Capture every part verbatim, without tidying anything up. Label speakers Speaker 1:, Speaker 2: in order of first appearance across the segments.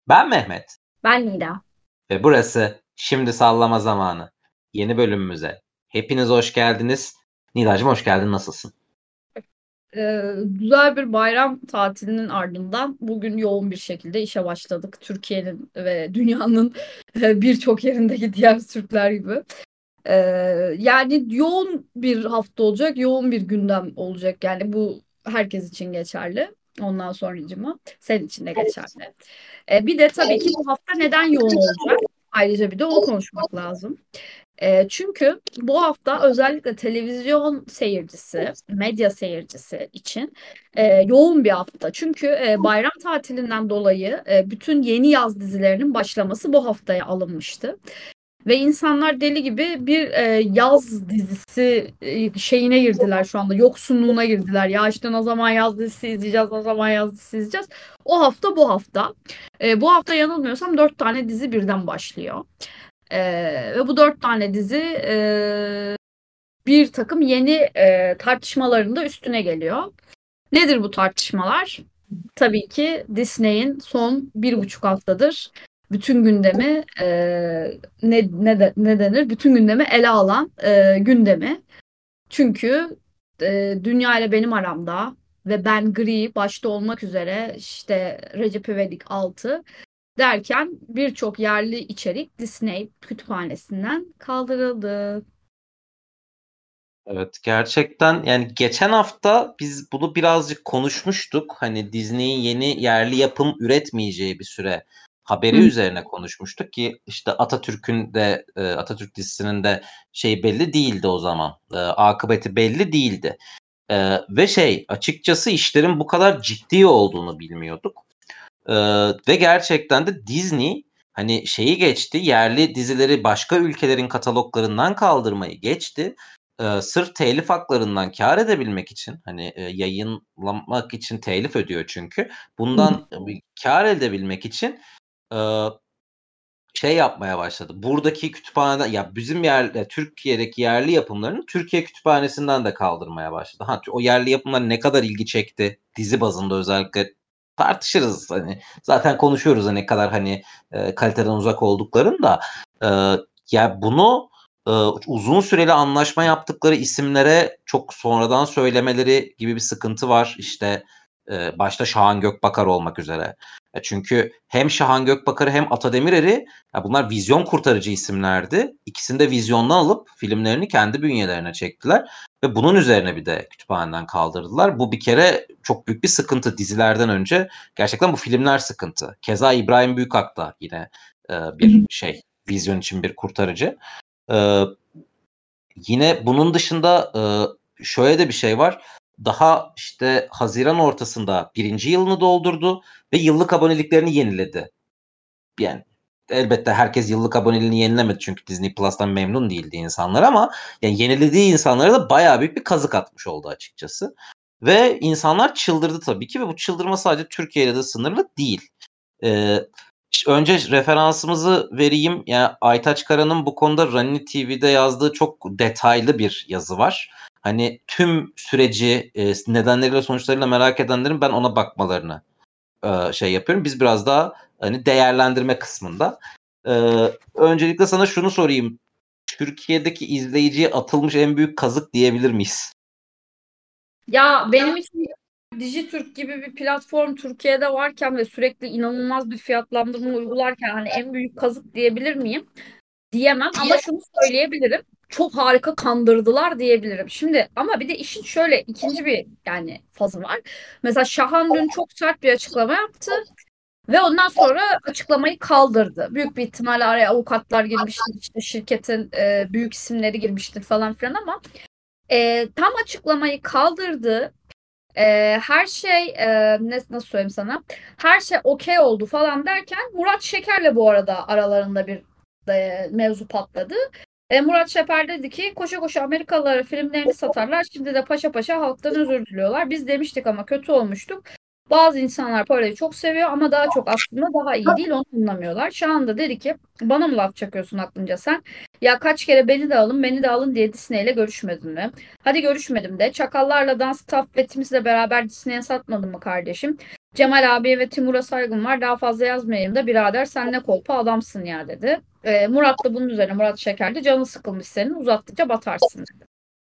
Speaker 1: Ben Mehmet
Speaker 2: Ben Nida.
Speaker 1: ve burası Şimdi Sallama Zamanı. Yeni bölümümüze. Hepiniz hoş geldiniz. Nidacığım hoş geldin. Nasılsın?
Speaker 2: Ee, güzel bir bayram tatilinin ardından bugün yoğun bir şekilde işe başladık. Türkiye'nin ve dünyanın e, birçok yerindeki diğer Türkler gibi. Ee, Yani yoğun bir hafta olacak, yoğun bir gündem olacak. Yani bu herkes için geçerli. Ondan sonracıma senin için de geçerli. Ee, bir de tabii ki bu hafta neden yoğun olacak? Ayrıca bir de onu konuşmak lazım. E, çünkü bu hafta özellikle televizyon seyircisi, medya seyircisi için e, yoğun bir hafta. Çünkü e, bayram tatilinden dolayı e, bütün yeni yaz dizilerinin başlaması bu haftaya alınmıştı. Ve insanlar deli gibi bir e, yaz dizisi e, şeyine girdiler şu anda. Yoksunluğuna girdiler. Ya işte ne zaman yaz dizisi izleyeceğiz, ne zaman yaz dizisi izleyeceğiz. O hafta bu hafta. E, bu hafta yanılmıyorsam dört tane dizi birden başlıyor. Ee, ve bu dört tane dizi e, bir takım yeni e, tartışmaların da üstüne geliyor. Nedir bu tartışmalar? Tabii ki Disney'in son bir buçuk haftadır bütün gündemi e, ne, ne, de, ne denir? Bütün gündemi ele alan e, gündemi. Çünkü e, dünya ile benim aramda ve Ben Gri başta olmak üzere işte Recep İvedik altı derken birçok yerli içerik Disney kütüphanesinden kaldırıldı.
Speaker 1: Evet, gerçekten yani geçen hafta biz bunu birazcık konuşmuştuk. Hani Disney'in yeni yerli yapım üretmeyeceği bir süre haberi
Speaker 2: Hı.
Speaker 1: üzerine konuşmuştuk ki işte Atatürk'ün de e, Atatürk dizisinin de şey belli değildi o zaman. E, akıbeti belli değildi. E, ve şey açıkçası işlerin bu kadar ciddi olduğunu bilmiyorduk. Ee, ve gerçekten de Disney hani şeyi geçti, yerli dizileri başka ülkelerin kataloglarından kaldırmayı geçti. Ee, sırf telif haklarından kâr edebilmek için hani e, yayınlamak için telif ödüyor çünkü.
Speaker 2: Hı hı.
Speaker 1: Bundan e, kâr edebilmek için e, şey yapmaya başladı. Buradaki kütüphaneden ya bizim yer e, Türkiye'deki yerli yapımlarını Türkiye kütüphanesinden de kaldırmaya başladı. Ha, o yerli yapımlar ne kadar ilgi çekti dizi bazında özellikle tartışırız hani. Zaten konuşuyoruz da ne kadar hani e, kaliteden uzak olduklarını da. E, ya bunu e, uzun süreli anlaşma yaptıkları isimlere çok sonradan söylemeleri gibi bir sıkıntı var. İşte e, başta Şahan Gökbakar olmak üzere. E, çünkü hem Şahan Gökbakar'ı hem Ata Demirer'i ya bunlar vizyon kurtarıcı isimlerdi. İkisini de vizyondan alıp filmlerini kendi bünyelerine çektiler ve bunun üzerine bir de kütüphaneden kaldırdılar. Bu bir kere çok büyük bir sıkıntı dizilerden önce. Gerçekten bu filmler sıkıntı. Keza İbrahim Büyükak da yine e, bir şey vizyon için bir kurtarıcı. E, Yine bunun dışında e, şöyle de bir şey var. Daha işte Haziran ortasında birinci yılını doldurdu ve yıllık aboneliklerini yeniledi. Yani elbette herkes yıllık aboneliğini yenilemedi çünkü Disney Plus'tan memnun değildi insanlar ama yani yenilediği insanlara da bayağı büyük bir kazık atmış oldu açıkçası. Ve insanlar çıldırdı tabii ki ve bu çıldırma sadece Türkiye ile de sınırlı değil. Ee, Önce referansımızı vereyim. Yani Aytaç Kara'nın bu konuda Runny T V'de yazdığı çok detaylı bir yazı var. Hani tüm süreci e, nedenleriyle sonuçlarıyla merak edenlerin ben ona bakmalarını e, şey yapıyorum. Biz biraz daha hani değerlendirme kısmında. E, Öncelikle sana şunu sorayım. Türkiye'deki izleyiciye atılmış en büyük kazık diyebilir miyiz?
Speaker 2: Ya benim için Dijitürk gibi bir platform Türkiye'de varken ve sürekli inanılmaz bir fiyatlandırma uygularken hani en büyük kazık diyebilir miyim? Diyemem ama şunu söyleyebilirim. Çok harika kandırdılar diyebilirim. Şimdi ama bir de işin şöyle ikinci bir yani fazı var. Mesela Şahan dün çok sert bir açıklama yaptı ve ondan sonra açıklamayı kaldırdı. Büyük bir ihtimalle araya avukatlar girmiştir, işte şirketin e, büyük isimleri girmiştir falan filan ama e, tam açıklamayı kaldırdı. E, Her şey e, ne, nasıl söyleyeyim sana? Her şey okey oldu falan derken Murat Şeker'le bu arada aralarında bir e, mevzu patladı. E, Murat Şeker dedi ki koşa koşa Amerikalılara filmlerini satarlar. Şimdi de paşa paşa halktan özür diliyorlar. Biz demiştik ama kötü olmuştuk. Bazı insanlar parayı çok seviyor ama daha çok aslında daha iyi değil, onu anlamıyorlar. Şu anda dedi ki bana mı laf çakıyorsun aklınca sen? Ya kaç kere beni de alın beni de alın diye Disney ile görüşmedin mi? Hadi görüşmedim de. Çakallarla Dans Taffetimizle beraber Disney'e satmadın mı kardeşim? Cemal abiye ve Timur'a saygım var. Daha fazla yazmayayım da birader sen ne kolpa adamsın ya dedi. Ee, Murat da bunun üzerine Murat Şeker de canı sıkılmış senin uzattıkça batarsın dedi.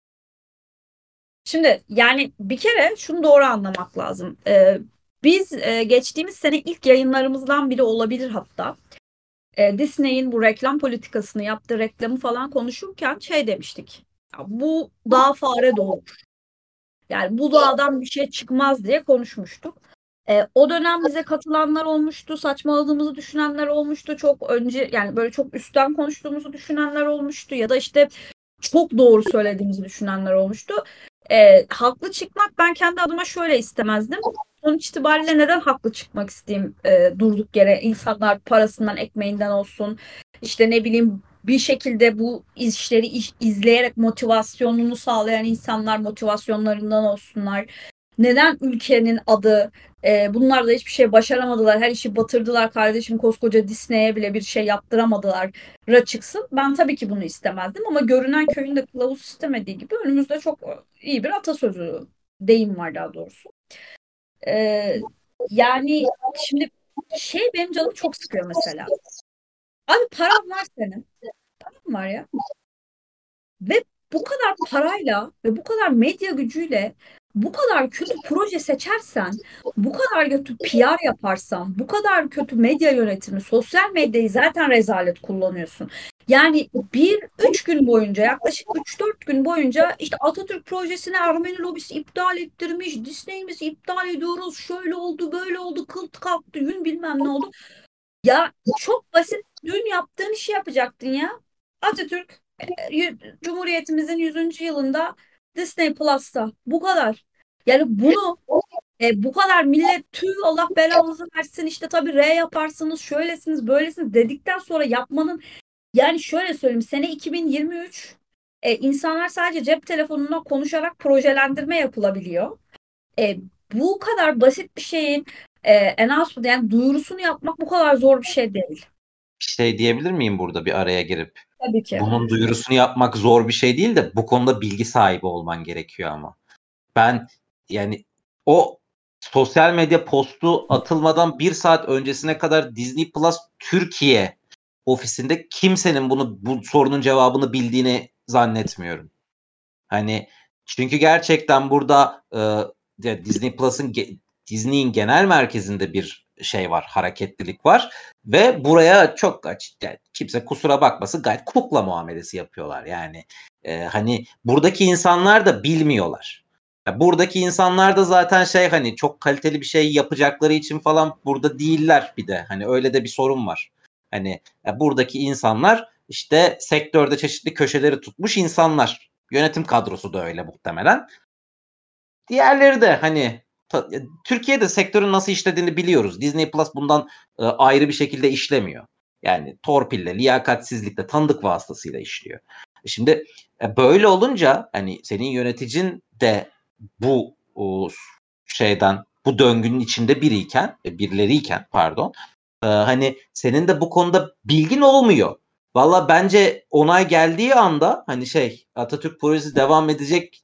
Speaker 2: Şimdi yani bir kere şunu doğru anlamak lazım. Ee, biz e, geçtiğimiz sene ilk yayınlarımızdan biri olabilir hatta. E, Disney'in bu reklam politikasını yaptığı reklamı falan konuşurken şey demiştik. Ya, bu dağ fare doğurur. Yani bu dağdan bir şey çıkmaz diye konuşmuştuk. E, o dönem bize katılanlar olmuştu, saçmaladığımızı düşünenler olmuştu. Çok önce yani böyle çok üstten konuştuğumuzu düşünenler olmuştu ya da işte çok doğru söylediğimizi düşünenler olmuştu. E, haklı çıkmak ben kendi adıma şöyle istemezdim. Sonuç itibariyle neden haklı çıkmak isteyeyim e, durduk yere insanlar parasından ekmeğinden olsun işte ne bileyim bir şekilde bu işleri iş- izleyerek motivasyonunu sağlayan insanlar motivasyonlarından olsunlar. Neden ülkenin adı e, bunlar da hiçbir şey başaramadılar her işi batırdılar kardeşim koskoca Disney'e bile bir şey yaptıramadılar ra çıksın. Ben tabii ki bunu istemezdim ama görünen köyün de kılavuz istemediği gibi önümüzde çok iyi bir atasözü deyim var daha doğrusu. Ee, yani şimdi şey benim canımı çok sıkıyor mesela. Abi param var senin. Param var ya. Ve bu kadar parayla ve bu kadar medya gücüyle bu kadar kötü proje seçersen, bu kadar kötü P R yaparsan, bu kadar kötü medya yönetimi, sosyal medyayı zaten rezalet kullanıyorsun. Yani bir üç gün boyunca yaklaşık üç dört gün boyunca işte Atatürk projesini Ermeni lobisi iptal ettirmiş, Disney'imizi iptal ediyoruz, şöyle oldu, böyle oldu, kıl kalktı, yün bilmem ne oldu. Ya çok basit dün yaptığın işi yapacaktın ya. Atatürk y- Cumhuriyetimizin yüzüncü yılında Disney Plus'ta. Bu kadar. Yani bunu e, bu kadar millet tüh Allah belanızı versin işte tabii R yaparsınız şöylesiniz böylesiniz dedikten sonra yapmanın yani şöyle söyleyeyim sene iki bin yirmi üç e, insanlar sadece cep telefonundan konuşarak projelendirme yapılabiliyor. E, bu kadar basit bir şeyin e, announcement yani duyurusunu yapmak bu kadar zor bir şey değil.
Speaker 1: Bir şey diyebilir miyim burada bir araya girip?
Speaker 2: Tabii ki.
Speaker 1: Bunun duyurusunu yapmak zor bir şey değil de bu konuda bilgi sahibi olman gerekiyor ama. Ben yani o sosyal medya postu atılmadan bir saat öncesine kadar Disney Plus Türkiye ofisinde kimsenin bunu bu sorunun cevabını bildiğini zannetmiyorum. Hani çünkü gerçekten burada e, Disney Plus'ın Disney'in genel merkezinde bir şey var, hareketlilik var ve buraya çok açık yani kimse kusura bakmasın gayet kukla muamelesi yapıyorlar. Yani e, hani buradaki insanlar da bilmiyorlar. Ya buradaki insanlar da zaten şey hani çok kaliteli bir şey yapacakları için falan burada değiller bir de. Hani öyle de bir sorun var. Hani ya buradaki insanlar işte sektörde çeşitli köşeleri tutmuş insanlar. Yönetim kadrosu da öyle muhtemelen. Diğerleri de hani ta, Türkiye'de sektörün nasıl işlediğini biliyoruz. Disney Plus bundan e, ayrı bir şekilde işlemiyor. Yani torpille, liyakatsizlikle, tanıdık vasıtasıyla işliyor. Şimdi e, böyle olunca hani senin yöneticin de bu o, şeyden, bu döngünün içinde biriyken, e, birileriyken pardon, e, hani senin de bu konuda bilgin olmuyor. Valla bence onay geldiği anda hani şey Atatürk projesi devam edecek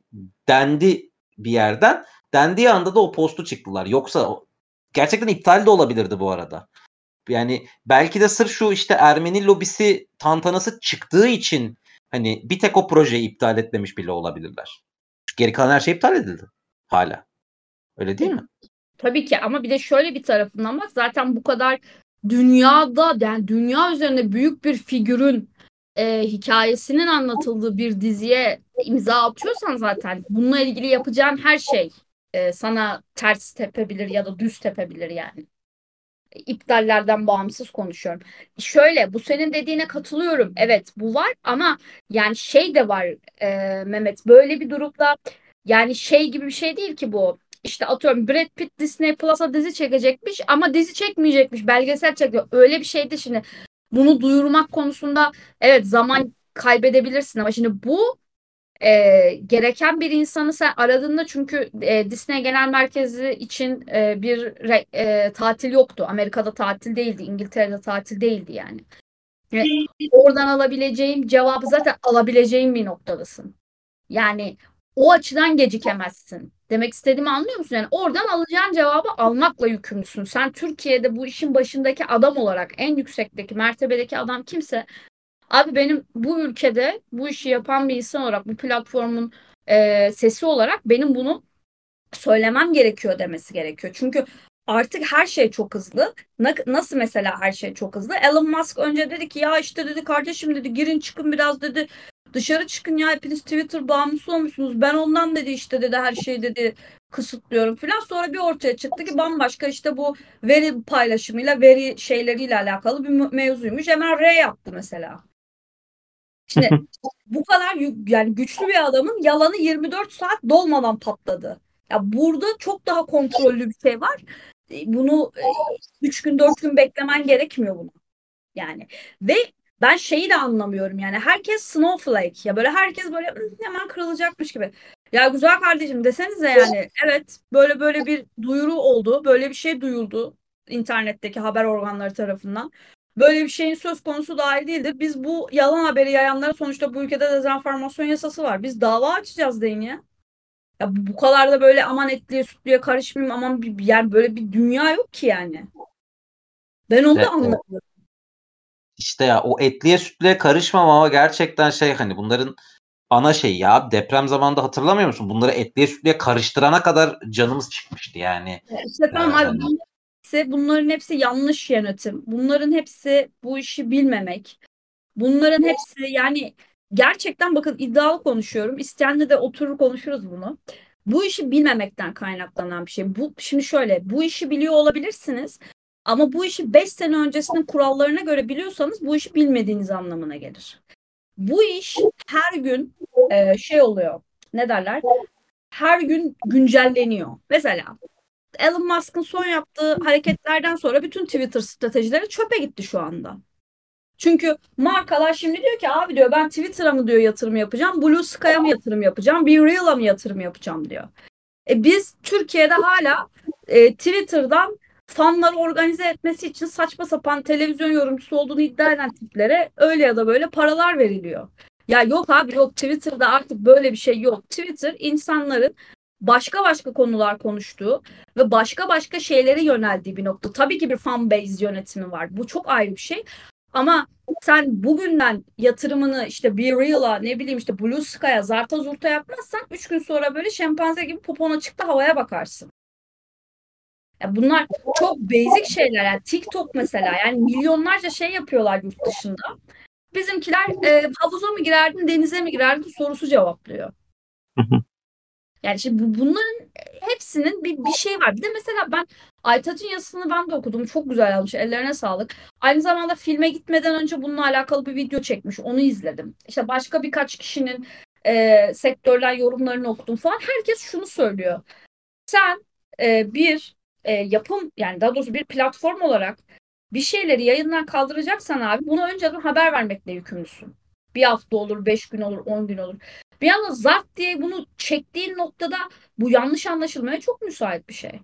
Speaker 1: dendi bir yerden. Dendiği anda da o postu çıktılar. Yoksa gerçekten iptal de olabilirdi bu arada. Yani belki de sırf şu işte Ermeni lobisi tantanası çıktığı için hani bir tek o projeyi iptal etmemiş bile olabilirler. Geri kalan her şey iptal edildi. Hala. Öyle değil
Speaker 2: E,
Speaker 1: mi?
Speaker 2: tabii ki ama bir de şöyle bir tarafından bak zaten bu kadar dünyada yani dünya üzerinde büyük bir figürün e, hikayesinin anlatıldığı bir diziye imza atıyorsan zaten bununla ilgili yapacağın her şey e, sana ters tepebilir ya da düz tepebilir yani. İptallerden bağımsız konuşuyorum. Şöyle bu senin dediğine katılıyorum. Evet bu var ama yani şey de var e, Mehmet böyle bir durumda yani şey gibi bir şey değil ki bu. İşte atıyorum Brad Pitt Disney Plus'a dizi çekecekmiş ama dizi çekmeyecekmiş. Belgesel çekiyor. Öyle bir şeydi şimdi. Bunu duyurmak konusunda evet zaman kaybedebilirsin ama şimdi bu e, gereken bir insanı sen aradığında çünkü e, Disney Genel Merkezi için e, bir re- e, tatil yoktu. Amerika'da tatil değildi, İngiltere'de tatil değildi yani. Ve oradan alabileceğin cevabı zaten alabileceğin bir noktadasın. Yani o açıdan gecikemezsin. Demek istediğimi anlıyor musun? Yani oradan alacağın cevabı almakla yükümlüsün. Sen Türkiye'de bu işin başındaki adam olarak en yüksekteki mertebedeki adam kimse abi benim bu ülkede bu işi yapan bir insan olarak bu platformun e, sesi olarak benim bunu söylemem gerekiyor demesi gerekiyor. Çünkü artık her şey çok hızlı. Na- nasıl mesela her şey çok hızlı? Elon Musk önce dedi ki ya işte dedi kardeşim dedi girin çıkın biraz dedi dışarı çıkın ya hepiniz Twitter bağımlısı olmuşsunuz. Ben ondan dedi işte dedi her şeyi dedi kısıtlıyorum falan. Sonra bir ortaya çıktı ki bambaşka işte bu veri paylaşımıyla veri şeyleriyle alakalı bir me- mevzuymuş. Hemen R yaptı mesela. Şimdi bu kadar yü- yani güçlü bir adamın yalanı yirmi dört saat dolmadan patladı. Ya burada çok daha kontrollü bir şey var. E, Bunu üç gün dört gün beklemen gerekmiyor bunu. Yani ve ben şeyi de anlamıyorum yani herkes snowflake ya böyle herkes böyle "Hı, hemen kırılacakmış gibi. Ya güzel kardeşim desenize yani evet böyle böyle bir duyuru oldu. Böyle bir şey duyuldu internetteki haber organları tarafından. Böyle bir şeyin söz konusu dahi değildir. Biz bu yalan haberi yayanlara sonuçta bu ülkede dezenformasyon yasası var. Biz dava açacağız deyin ya. Ya bu bu kadar da böyle aman etliye sütlüye karışmayayım aman bir, yani böyle bir dünya yok ki yani. Ben onu da
Speaker 1: İşte,
Speaker 2: anlamıyorum.
Speaker 1: işte ya o etliye sütlüye karışmam ama gerçekten şey hani bunların ana şeyi ya deprem zamanında hatırlamıyor musun? Bunları etliye sütlüye karıştırana kadar canımız çıkmıştı yani.
Speaker 2: Ya İşte
Speaker 1: Ee,
Speaker 2: tamam abi
Speaker 1: hani
Speaker 2: bunların hepsi, bunların hepsi yanlış yönetim. Bunların hepsi bu işi bilmemek. Bunların hepsi yani gerçekten bakın iddialı konuşuyorum. İsteyenle de oturur konuşuruz bunu. Bu işi bilmemekten kaynaklanan bir şey. Bu şimdi şöyle bu işi biliyor olabilirsiniz. Ama bu işi beş sene öncesinin kurallarına göre biliyorsanız bu işi bilmediğiniz anlamına gelir. Bu iş her gün e, şey oluyor. Ne derler? Her gün güncelleniyor. Mesela Elon Musk'ın son yaptığı hareketlerden sonra bütün Twitter stratejileri çöpe gitti şu anda. Çünkü markalar şimdi diyor ki abi diyor ben Twitter'a mı diyor yatırım yapacağım, Blue Sky'a mı yatırım yapacağım, BeReal'a mı yatırım yapacağım diyor. E biz Türkiye'de hala e, Twitter'dan fanları organize etmesi için saçma sapan televizyon yorumcusu olduğunu iddia eden tiplere öyle ya da böyle paralar veriliyor. Ya yok abi yok Twitter'da artık böyle bir şey yok. Twitter insanların başka başka konular konuştuğu ve başka başka şeylere yöneldiği bir nokta. Tabii ki bir fan base yönetimi var. Bu çok ayrı bir şey. Ama sen bugünden yatırımını işte BeReal'a ne bileyim işte Blue Sky'a zarta zurta yapmazsan üç gün sonra böyle şempanze gibi popon açıkta havaya bakarsın. Ya bunlar çok basic şeyler. Yani TikTok mesela yani milyonlarca şey yapıyorlar yurt dışında. Bizimkiler e, havuza mı girerdin denize mi girerdin sorusu cevaplıyor. Yani şimdi bu- bunların hepsinin bir, bir şey var. Bir de mesela ben Aytaç'ın yazısını ben de okudum. Çok güzel yazmış. Ellerine sağlık. Aynı zamanda filme gitmeden önce bununla alakalı bir video çekmiş. Onu izledim. İşte başka birkaç kişinin e, sektörden yorumlarını okudum falan. Herkes şunu söylüyor. Sen e, bir e, yapım yani daha doğrusu bir platform olarak bir şeyleri yayından kaldıracaksan abi bunu önceden haber vermekle yükümlüsün. Bir hafta olur, beş gün olur, on gün olur. Bir anda zart diye bunu çektiğin noktada bu yanlış anlaşılmaya çok müsait bir şey.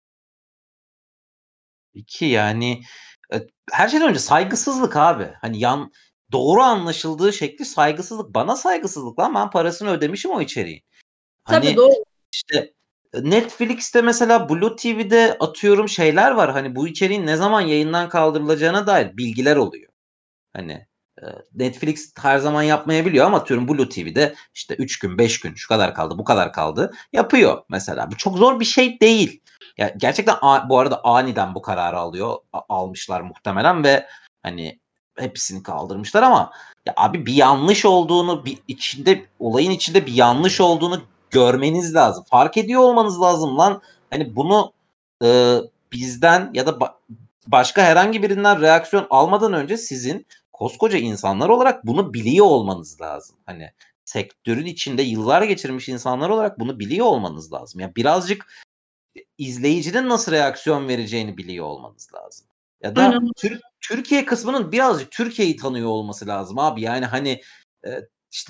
Speaker 1: iki yani e, her şeyden önce saygısızlık abi. Hani yan doğru anlaşıldığı şekli saygısızlık. Bana saygısızlık lan ben parasını ödemişim o içeriğin.
Speaker 2: Tabii
Speaker 1: Hani
Speaker 2: doğru.
Speaker 1: işte e, Netflix'te mesela Blue T V'de atıyorum şeyler var. Hani bu içeriğin ne zaman yayından kaldırılacağına dair bilgiler oluyor. Hani e, Netflix her zaman yapmayabiliyor ama atıyorum Blue T V'de işte üç gün, beş gün şu kadar kaldı, bu kadar kaldı yapıyor mesela. Bu çok zor bir şey değil. Ya gerçekten a- bu arada aniden bu kararı alıyor, a- almışlar muhtemelen ve hani hepsini kaldırmışlar ama ya abi bir yanlış olduğunu, bir içinde olayın içinde bir yanlış olduğunu görmeniz lazım. Fark ediyor olmanız lazım lan. Hani bunu e, bizden ya da ba- başka herhangi birinden reaksiyon almadan önce sizin koskoca insanlar olarak bunu biliyor olmanız lazım. Hani sektörün içinde yıllar geçirmiş insanlar olarak bunu biliyor olmanız lazım. Yani birazcık izleyicinin nasıl reaksiyon vereceğini biliyor olmanız lazım. Ya da
Speaker 2: Aynen.
Speaker 1: Tür- Türkiye kısmının birazcık Türkiye'yi tanıyor olması lazım abi. Yani hani e, işte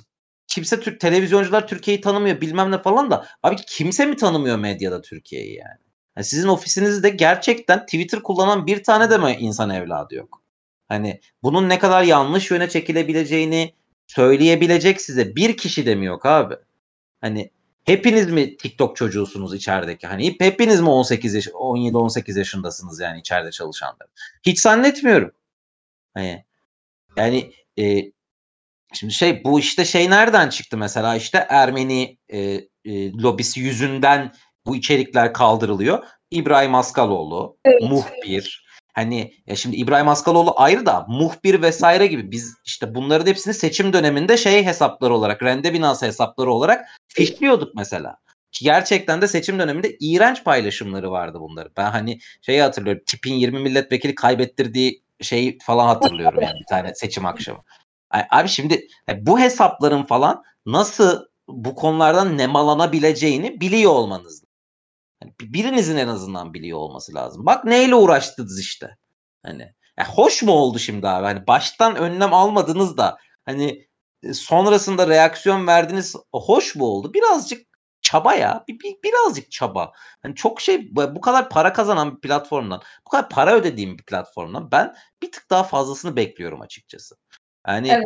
Speaker 1: kimse Türk televizyoncular Türkiye'yi tanımıyor bilmem ne falan da abi kimse mi tanımıyor medyada Türkiye'yi yani? Yani sizin ofisinizde gerçekten Twitter kullanan bir tane de mi insan evladı yok? Hani bunun ne kadar yanlış yöne çekilebileceğini söyleyebilecek size bir kişi de mi yok abi? Hani hepiniz mi TikTok çocuğusunuz içerideki? Hani hep, hepiniz mi on sekiz yaş, on yedi on sekiz yaşındasınız yani içeride çalışanlar? Hiç zannetmiyorum. Hani yani e, şimdi şey bu işte şey nereden çıktı mesela işte Ermeni e, e, lobisi yüzünden bu içerikler kaldırılıyor. İbrahim Askaloğlu,
Speaker 2: Evet.
Speaker 1: muhbir. Hani ya şimdi İbrahim Askaloğlu ayrı da muhbir vesaire gibi biz işte bunların hepsini seçim döneminde şey hesapları olarak, rende binası hesapları olarak fişliyorduk mesela. Ki gerçekten de seçim döneminde iğrenç paylaşımları vardı bunların. Ben hani şeyi hatırlıyorum. Tipin yirmi milletvekili kaybettirdiği şey falan hatırlıyorum yani bir tane seçim akşamı. Abi şimdi bu hesapların falan nasıl bu konulardan nemalanabileceğini biliyor olmanız lazım. Yani birinizin en azından biliyor olması lazım. Bak neyle uğraştınız işte. Hani ya hoş mu oldu şimdi abi? Hani baştan önlem almadınız da hani sonrasında reaksiyon verdiniz. Hoş mu oldu? Birazcık çaba ya. Bir, bir, birazcık çaba. Hani çok şey bu kadar para kazanan bir platformdan, bu kadar para ödediğim bir platformdan ben bir tık daha fazlasını bekliyorum açıkçası. Yani
Speaker 2: Evet.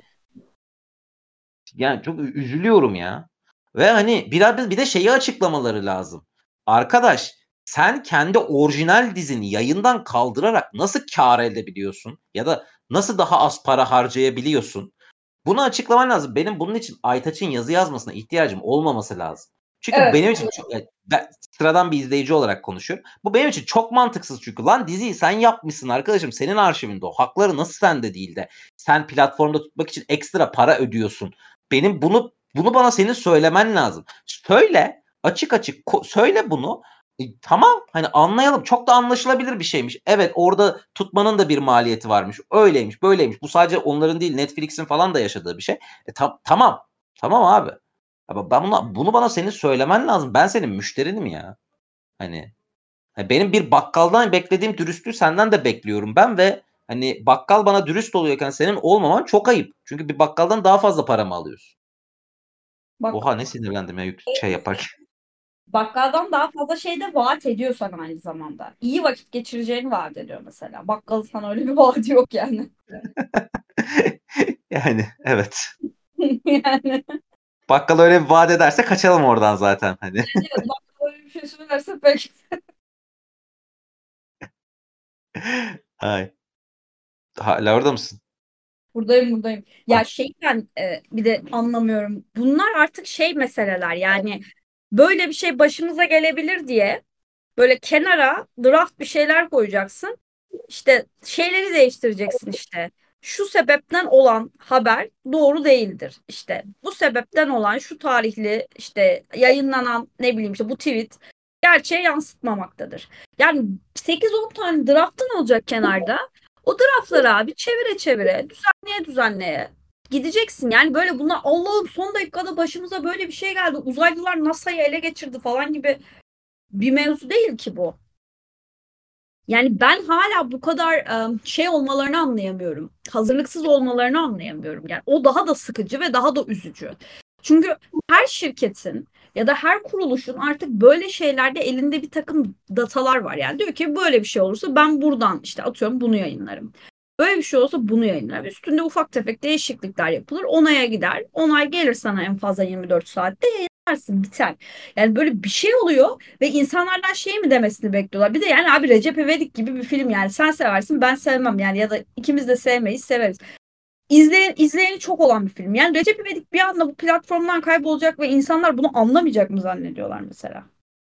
Speaker 1: yani çok üzülüyorum ya. Ve hani biraz bir de şeyi açıklamaları lazım. Arkadaş sen kendi orijinal dizini yayından kaldırarak nasıl kâr edebiliyorsun? Ya da nasıl daha az para harcayabiliyorsun? Bunu açıklaman lazım. Benim bunun için Aytaç'ın yazı yazmasına ihtiyacım olmaması lazım. Çünkü
Speaker 2: Evet.
Speaker 1: benim için çok, ben sıradan bir izleyici olarak konuşuyorum. Bu benim için çok mantıksız çünkü. Lan diziyi sen yapmışsın arkadaşım. Senin arşivinde o. Hakları nasıl sende değil de sen platformda tutmak için ekstra para ödüyorsun. Benim bunu bunu bana senin söylemen lazım. Söyle. Açık açık söyle bunu. E, tamam hani anlayalım. Çok da anlaşılabilir bir şeymiş. Evet orada tutmanın da bir maliyeti varmış. Öyleymiş böyleymiş. Bu sadece onların değil Netflix'in falan da yaşadığı bir şey. E, tam, tamam. Tamam abi. Ama ben bunu, bunu bana senin söylemen lazım. Ben senin müşterinim ya. Hani benim bir bakkaldan beklediğim dürüstlüğü senden de bekliyorum ben ve hani bakkal bana dürüst oluyorken senin olmaman çok ayıp. Çünkü bir bakkaldan daha fazla para mı alıyorsun?
Speaker 2: Bak,
Speaker 1: Oha ne sinirlendim ya yük şey yaparken.
Speaker 2: bakkaldan daha fazla şey de vaat ediyor sana aynı zamanda. İyi vakit geçireceğini vaat ediyor mesela. Bakkal sana öyle bir vaadi yok yani.
Speaker 1: Yani evet.
Speaker 2: Yani.
Speaker 1: Bakkal öyle bir vaat ederse kaçalım oradan zaten hani.
Speaker 2: Evet, bakkal öyle bir şey söylerse pek.
Speaker 1: Ay. Hala orada mısın?
Speaker 2: Buradayım buradayım. Ya
Speaker 1: Ah.
Speaker 2: şey ben e, bir de anlamıyorum. Bunlar artık şey meseleler yani böyle bir şey başımıza gelebilir diye böyle kenara draft bir şeyler koyacaksın. İşte şeyleri değiştireceksin işte. Şu sebepten olan haber doğru değildir. İşte bu sebepten olan şu tarihli işte yayınlanan ne bileyim işte bu tweet gerçeği yansıtmamaktadır. Yani sekiz on tane draftın olacak kenarda. O draftları abi çevire çevire, düzenleye düzenleye gideceksin. Yani böyle bunlar Allah'ım son dakikada başımıza böyle bir şey geldi. Uzaylılar NASA'yı ele geçirdi falan gibi bir mevzu değil ki bu. Yani ben hala bu kadar e, şey olmalarını anlayamıyorum. Hazırlıksız olmalarını anlayamıyorum. Yani o daha da sıkıcı ve daha da üzücü. Çünkü her şirketin ya da her kuruluşun artık böyle şeylerde elinde bir takım datalar var. Yani diyor ki böyle bir şey olursa ben buradan işte atıyorum bunu yayınlarım. Böyle bir şey olsa bunu yayınlarım. Üstünde ufak tefek değişiklikler yapılır. Onaya gider. Onay gelir sana en fazla yirmi dört saatte yayınlarsın biter. Yani böyle bir şey oluyor. Ve insanlardan şey mi demesini bekliyorlar. Bir de yani abi Recep İvedik gibi bir film yani. Sen seversin ben sevmem yani ya da ikimiz de sevmeyiz severiz. İzleyen, izleyeni çok olan bir film. Yani Recep İvedik bir anda bu platformdan kaybolacak ve insanlar bunu anlamayacak mı zannediyorlar mesela?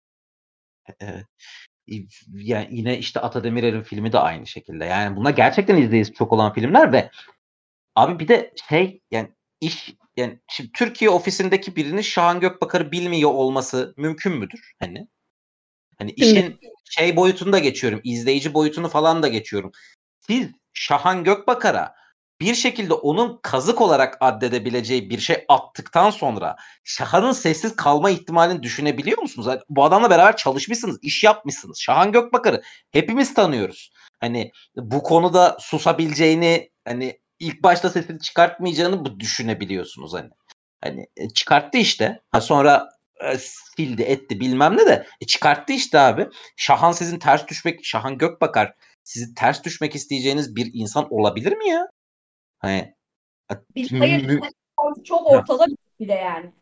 Speaker 1: Evet. Yani yine işte Ata Demirer'in filmi de aynı şekilde. Yani bunlar gerçekten izleyicisi çok olan filmler ve abi bir de şey yani iş yani şimdi Türkiye ofisindeki birinin Şahan Gökbakar'ı bilmiyor olması mümkün müdür? Hani hani
Speaker 2: Şimdi
Speaker 1: işin şey boyutunu da geçiyorum, izleyici boyutunu falan da geçiyorum. Siz Şahan Gökbakar'a bir şekilde onun kazık olarak addedebileceği bir şey attıktan sonra Şahan'ın sessiz kalma ihtimalini düşünebiliyor musunuz? Yani bu adamla beraber çalışmışsınız, iş yapmışsınız. Şahan Gökbakar'ı hepimiz tanıyoruz. Hani bu konuda susabileceğini, hani ilk başta sesini çıkartmayacağını bu düşünebiliyorsunuz hani. Hani e, çıkarttı işte. Ha sonra e, sildi etti bilmem ne de e, çıkarttı işte abi. Şahan sizin ters düşmek, Şahan Gökbakar sizin ters düşmek isteyeceğiniz bir insan olabilir mi ya? Hani
Speaker 2: Bir, hayır,
Speaker 1: mü-
Speaker 2: çok
Speaker 1: ha,
Speaker 2: ortada bir de yani.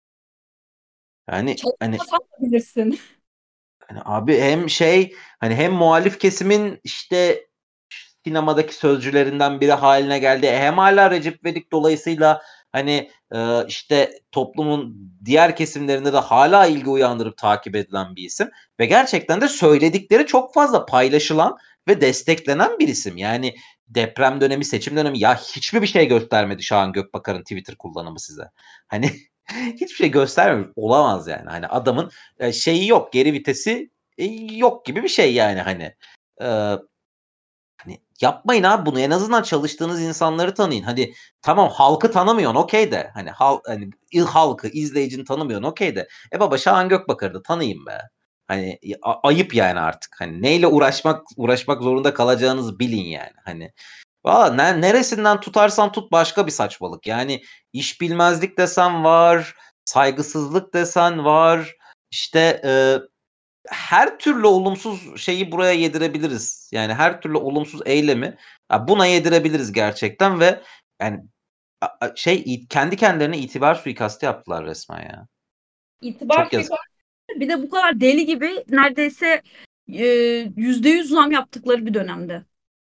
Speaker 1: yani hani
Speaker 2: Çalışmasan da bilirsin.
Speaker 1: hani abi hem şey hani hem muhalif kesimin işte sinemadaki sözcülerinden biri haline geldi. Hem hala Recep İvedik dolayısıyla hani e, işte toplumun diğer kesimlerinde de hala ilgi uyandırıp takip edilen bir isim ve gerçekten de söyledikleri çok fazla paylaşılan ve desteklenen bir isim. Yani deprem dönemi, seçim dönemi ya hiçbir bir şey göstermedi Şahan Gökbakar'ın Twitter kullanımı size. Hani hiçbir şey göstermemiş. Olamaz yani. Hani adamın e, şeyi yok, geri vitesi e, yok gibi bir şey yani hani. E, Hani yapmayın abi bunu. En azından çalıştığınız insanları tanıyın. Hadi tamam halkı tanımıyorsun okey de. Hani hal, hani il halkı, izleyicini tanımıyorsun okey de. E baba Şahan Gökbakar'ı da tanıyın be. Hani a- ayıp yani artık. Hani neyle uğraşmak uğraşmak zorunda kalacağınızı bilin yani. Hani valla ne, neresinden tutarsan tut başka bir saçmalık. Yani iş bilmezlik desen var, saygısızlık desen var. İşte e, her türlü olumsuz şeyi buraya yedirebiliriz. Yani her türlü olumsuz eylemi buna yedirebiliriz gerçekten ve yani şey kendi kendilerine itibar suikastı yaptılar resmen ya.
Speaker 2: İtibar
Speaker 1: Çok yazık.
Speaker 2: suikastı, bir de bu kadar deli gibi neredeyse e, yüzde yüz zam yaptıkları bir dönemde.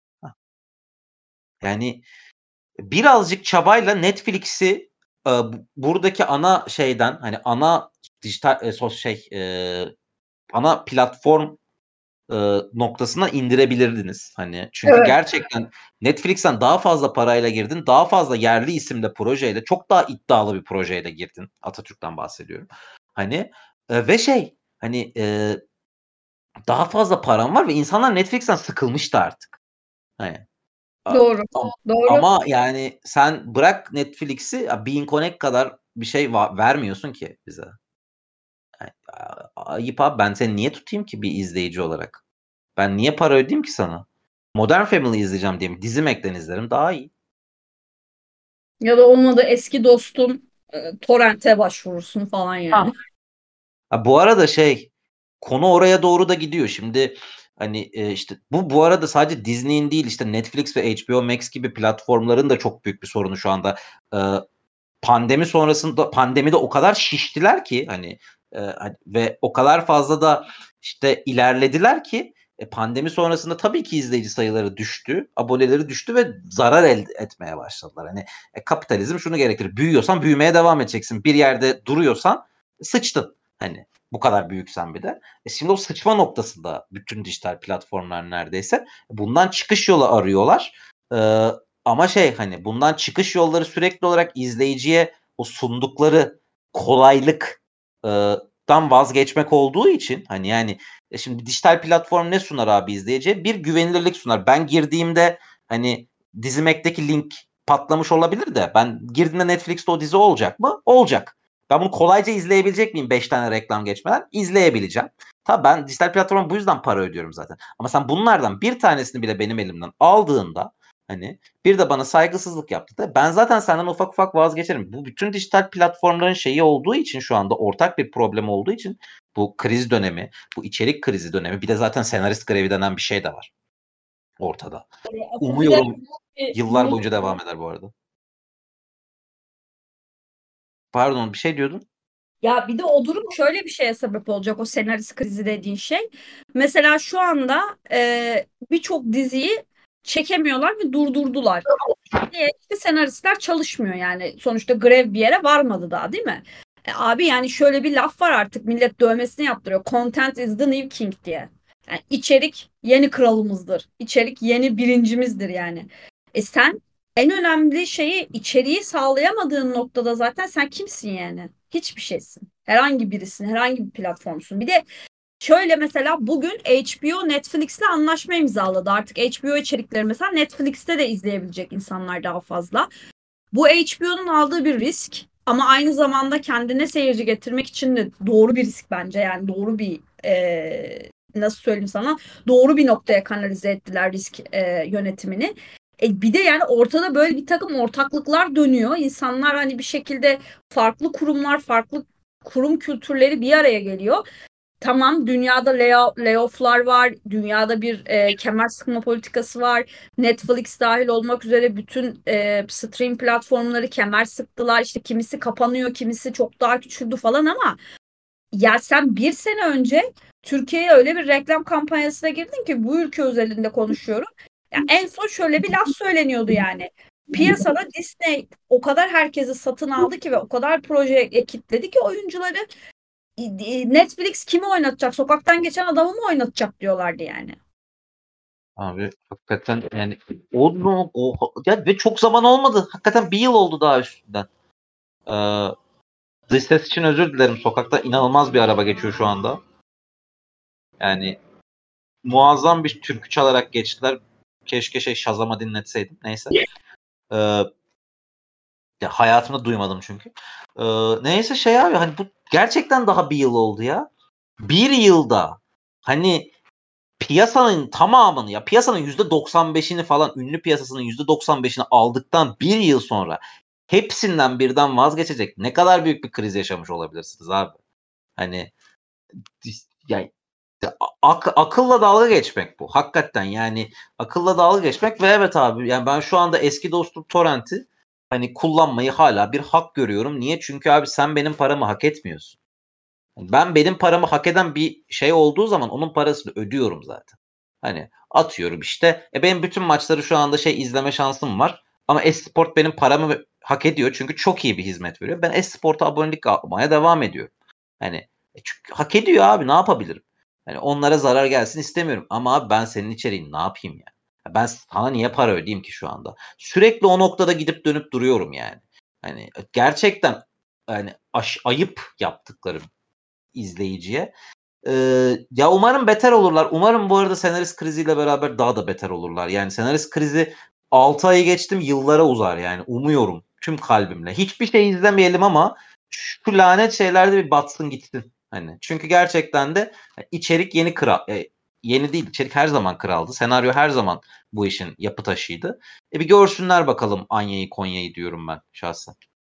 Speaker 1: Yani birazcık çabayla Netflix'i e, buradaki ana şeyden hani ana dijital e, sos şey e, ana platform e, noktasına indirebilirdiniz. Hani çünkü
Speaker 2: Evet.
Speaker 1: gerçekten Netflix'ten daha fazla parayla girdin. Daha fazla yerli isimde projeyle çok daha iddialı bir projeyle girdin. Atatürk'ten bahsediyorum. Hani e, ve şey hani e, daha fazla param var ve insanlar Netflix'ten sıkılmıştı artık. Hani a-
Speaker 2: Doğru.
Speaker 1: am-
Speaker 2: Doğru.
Speaker 1: ama yani sen bırak Netflix'i Bean Connect kadar bir şey va- vermiyorsun ki bize. Yani, a- ayıp abi ben seni niye tutayım ki bir izleyici olarak? Ben niye para ödeyeyim ki sana? Modern Family izleyeceğim diye mi? Dizi Mac'ten izlerim daha iyi.
Speaker 2: Ya da olmadı eski dostun e, torrente başvurursun falan
Speaker 1: Ha.
Speaker 2: yani.
Speaker 1: Ha, bu arada şey konu oraya doğru da gidiyor. Şimdi hani e, işte bu bu arada sadece Disney'in değil işte Netflix ve H B O Max gibi platformların da çok büyük bir sorunu şu anda. E, pandemi sonrasında pandemide o kadar şiştiler ki hani e, ve o kadar fazla da işte ilerlediler ki e, pandemi sonrasında tabii ki izleyici sayıları düştü, aboneleri düştü ve zarar elde etmeye başladılar. Hani e, kapitalizm şunu gerektirir. Büyüyorsan büyümeye devam edeceksin. Bir yerde duruyorsan sıçtın. Hani bu kadar büyüksen bir de. E şimdi o sıçma noktasında bütün dijital platformlar neredeyse bundan çıkış yolu arıyorlar. Ee, ama şey hani bundan çıkış yolları sürekli olarak izleyiciye o sundukları kolaylıktan vazgeçmek olduğu için hani yani e şimdi dijital platform ne sunar abi izleyiciye? Bir güvenilirlik sunar. Ben girdiğimde hani Dizimek'teki link patlamış olabilir de ben girdiğimde Netflix'te o dizi olacak mı? Olacak. Ben bunu kolayca izleyebilecek miyim beş tane reklam geçmeden? İzleyebileceğim. Tabii ben dijital platforma bu yüzden para ödüyorum zaten. Ama sen bunlardan bir tanesini bile benim elimden aldığında hani bir de bana saygısızlık yaptı da ben zaten senden ufak ufak vazgeçerim. Bu bütün dijital platformların şeyi olduğu için şu anda ortak bir problem olduğu için bu kriz dönemi, bu içerik krizi dönemi bir de zaten senarist grevi denen bir şey de var ortada.
Speaker 2: Bir de
Speaker 1: Umuyorum
Speaker 2: e,
Speaker 1: yıllar
Speaker 2: bunu
Speaker 1: boyunca devam eder bu arada. Pardon bir şey diyordun?
Speaker 2: Ya bir de o durum şöyle bir şeye sebep olacak, o senarist krizi dediğin şey. Mesela şu anda e, birçok diziyi çekemiyorlar ve durdurdular. Niye? İşte senaristler çalışmıyor yani. Sonuçta grev bir yere varmadı daha, değil mi? E, abi yani şöyle bir laf var, artık millet dövmesini yaptırıyor. Content is the new king diye. Yani içerik yeni kralımızdır. İçerik yeni birincimizdir yani. E sen en önemli şeyi, içeriği sağlayamadığın noktada zaten sen kimsin yani? Hiçbir şeysin. Herhangi birisin, herhangi bir platformsun. Bir de şöyle, mesela bugün H B O Netflix'le anlaşma imzaladı. Artık H B O içerikleri mesela Netflix'te de izleyebilecek insanlar daha fazla. Bu H B O'nun aldığı bir risk, ama aynı zamanda kendine seyirci getirmek için de doğru bir risk bence. Yani doğru bir e, nasıl söyleyeyim sana, doğru bir noktaya kanalize ettiler risk e, yönetimini. E bir de yani ortada böyle bir takım ortaklıklar dönüyor. İnsanlar hani bir şekilde farklı kurumlar, farklı kurum kültürleri bir araya geliyor. Tamam, dünyada lay- layoff'lar var. Dünyada bir e, kemer sıkma politikası var. Netflix dahil olmak üzere bütün e, stream platformları kemer sıktılar. İşte kimisi kapanıyor, kimisi çok daha küçüldü falan ama ya sen bir sene önce Türkiye'ye öyle bir reklam kampanyasına girdin ki bu ülke özelinde konuşuyorum. Ya en son şöyle bir laf söyleniyordu yani. Piyasada Disney o kadar herkesi satın aldı ki ve o kadar projeye kilitledi ki oyuncuları, Netflix kimi oynatacak? Sokaktan geçen adamı mı oynatacak diyorlardı yani.
Speaker 1: Abi hakikaten yani o, o, o ya ve çok zaman olmadı. Hakikaten bir yıl oldu daha üstünden. Ee, dış ses için özür dilerim. Sokakta inanılmaz bir araba geçiyor şu anda. Yani muazzam bir türkü çalarak geçtiler. Keşke şey Shazam'a dinletseydim. Neyse. Ee, ya hayatımda duymadım çünkü. Ee, neyse şey abi hani bu gerçekten daha bir yıl oldu ya. Bir yılda hani piyasanın tamamını ya piyasanın yüzde doksan beşini falan ünlü piyasasının yüzde doksan beşini aldıktan bir yıl sonra hepsinden birden vazgeçecek ne kadar büyük bir kriz yaşamış olabilirsiniz abi. Hani yani ak- akılla dalga geçmek bu. Hakikaten yani akılla dalga geçmek ve evet abi yani ben şu anda eski dostum Torrent'i hani kullanmayı hala bir hak görüyorum. Niye? Çünkü abi sen benim paramı hak etmiyorsun. Ben benim paramı hak eden bir şey olduğu zaman onun parasını ödüyorum zaten. Hani atıyorum işte. E benim bütün maçları şu anda şey izleme şansım var. Ama Esport benim paramı hak ediyor. Çünkü çok iyi bir hizmet veriyor. Ben Esport'a abonelik almaya devam ediyorum. Hani e çünkü hak ediyor abi ne yapabilirim? Hani onlara zarar gelsin istemiyorum. Ama abi ben senin içeriğini ne yapayım ya? Ben sana niye para ödeyeyim ki şu anda? Sürekli o noktada gidip dönüp duruyorum yani. Hani gerçekten yani aş- ayıp yaptıklarım izleyiciye. Ee, ya umarım beter olurlar. Umarım bu arada senarist kriziyle beraber daha da beter olurlar. Yani senarist krizi altı ayı geçtim yıllara uzar yani. Umuyorum tüm kalbimle. Hiçbir şey izlemeyelim ama şu lanet şeylerde bir batsın gitsin. Hani çünkü gerçekten de içerik yeni kral e, yeni değil. İçerik her zaman kraldı. Senaryo her zaman bu işin yapı taşıydı. E bir görsünler bakalım Anya'yı Konya'yı diyorum ben şahsen.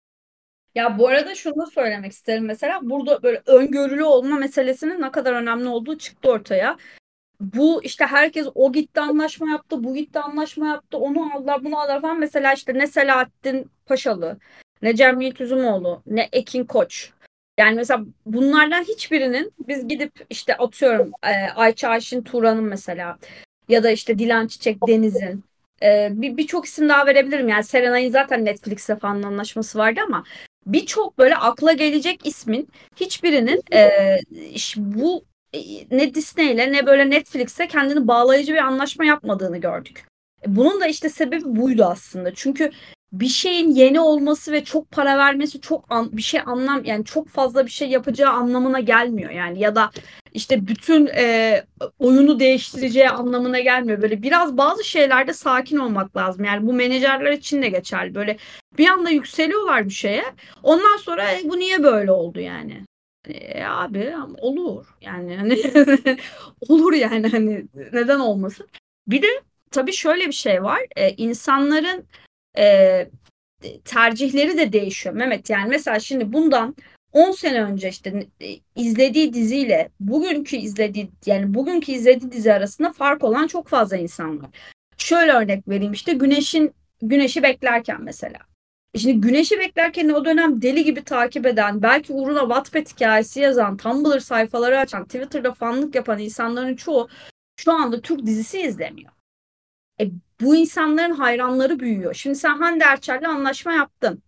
Speaker 2: Ya bu arada şunu söylemek isterim mesela. Burada böyle öngörülü olma meselesinin ne kadar önemli olduğu çıktı ortaya. Bu işte herkes o gitti anlaşma yaptı, bu gitti anlaşma yaptı, onu aldılar, bunu aldılar falan. Mesela işte ne Selahattin Paşalı, ne Cemiyet Üzümoğlu, ne Ekin Koç. Yani mesela bunlardan hiçbirinin biz gidip işte atıyorum e, Ayça Ayşin Turan'ın mesela ya da işte Dilan Çiçek Deniz'in e, bir birçok isim daha verebilirim. Yani Serenay'ın zaten Netflix'le falan anlaşması vardı ama birçok böyle akla gelecek ismin hiçbirinin e, iş- bu e, ne Disney'le ne böyle Netflix'e kendini bağlayıcı bir anlaşma yapmadığını gördük. E, Bunun da işte sebebi buydu aslında. Çünkü bir şeyin yeni olması ve çok para vermesi çok an- bir şey anlam yani çok fazla bir şey yapacağı anlamına gelmiyor yani ya da işte bütün e, oyunu değiştireceği anlamına gelmiyor. Böyle biraz bazı şeylerde sakin olmak lazım. Yani bu menajerler için de geçerli. Böyle bir anda yükseliyorlar bir şeye. Ondan sonra "E, bu niye böyle oldu yani? E, abi olur yani hani olur yani hani neden olmasın? Bir de tabii şöyle bir şey var. E, insanların e, tercihleri de değişiyor Mehmet. Yani mesela şimdi bundan on sene önce işte e, izlediği diziyle bugünkü izlediği yani bugünkü izlediği dizi arasında fark olan çok fazla insan var. Şöyle örnek vereyim işte Güneş'in Güneş'i beklerken mesela. E Şimdi Güneş'i beklerken o dönem deli gibi takip eden, belki uğruna Wattpad hikayesi yazan, Tumblr sayfaları açan, Twitter'da fanlık yapan insanların çoğu şu anda Türk dizisi izlemiyor. E, bu insanların hayranları büyüyor. Şimdi sen Hande Erçel'le anlaşma yaptın.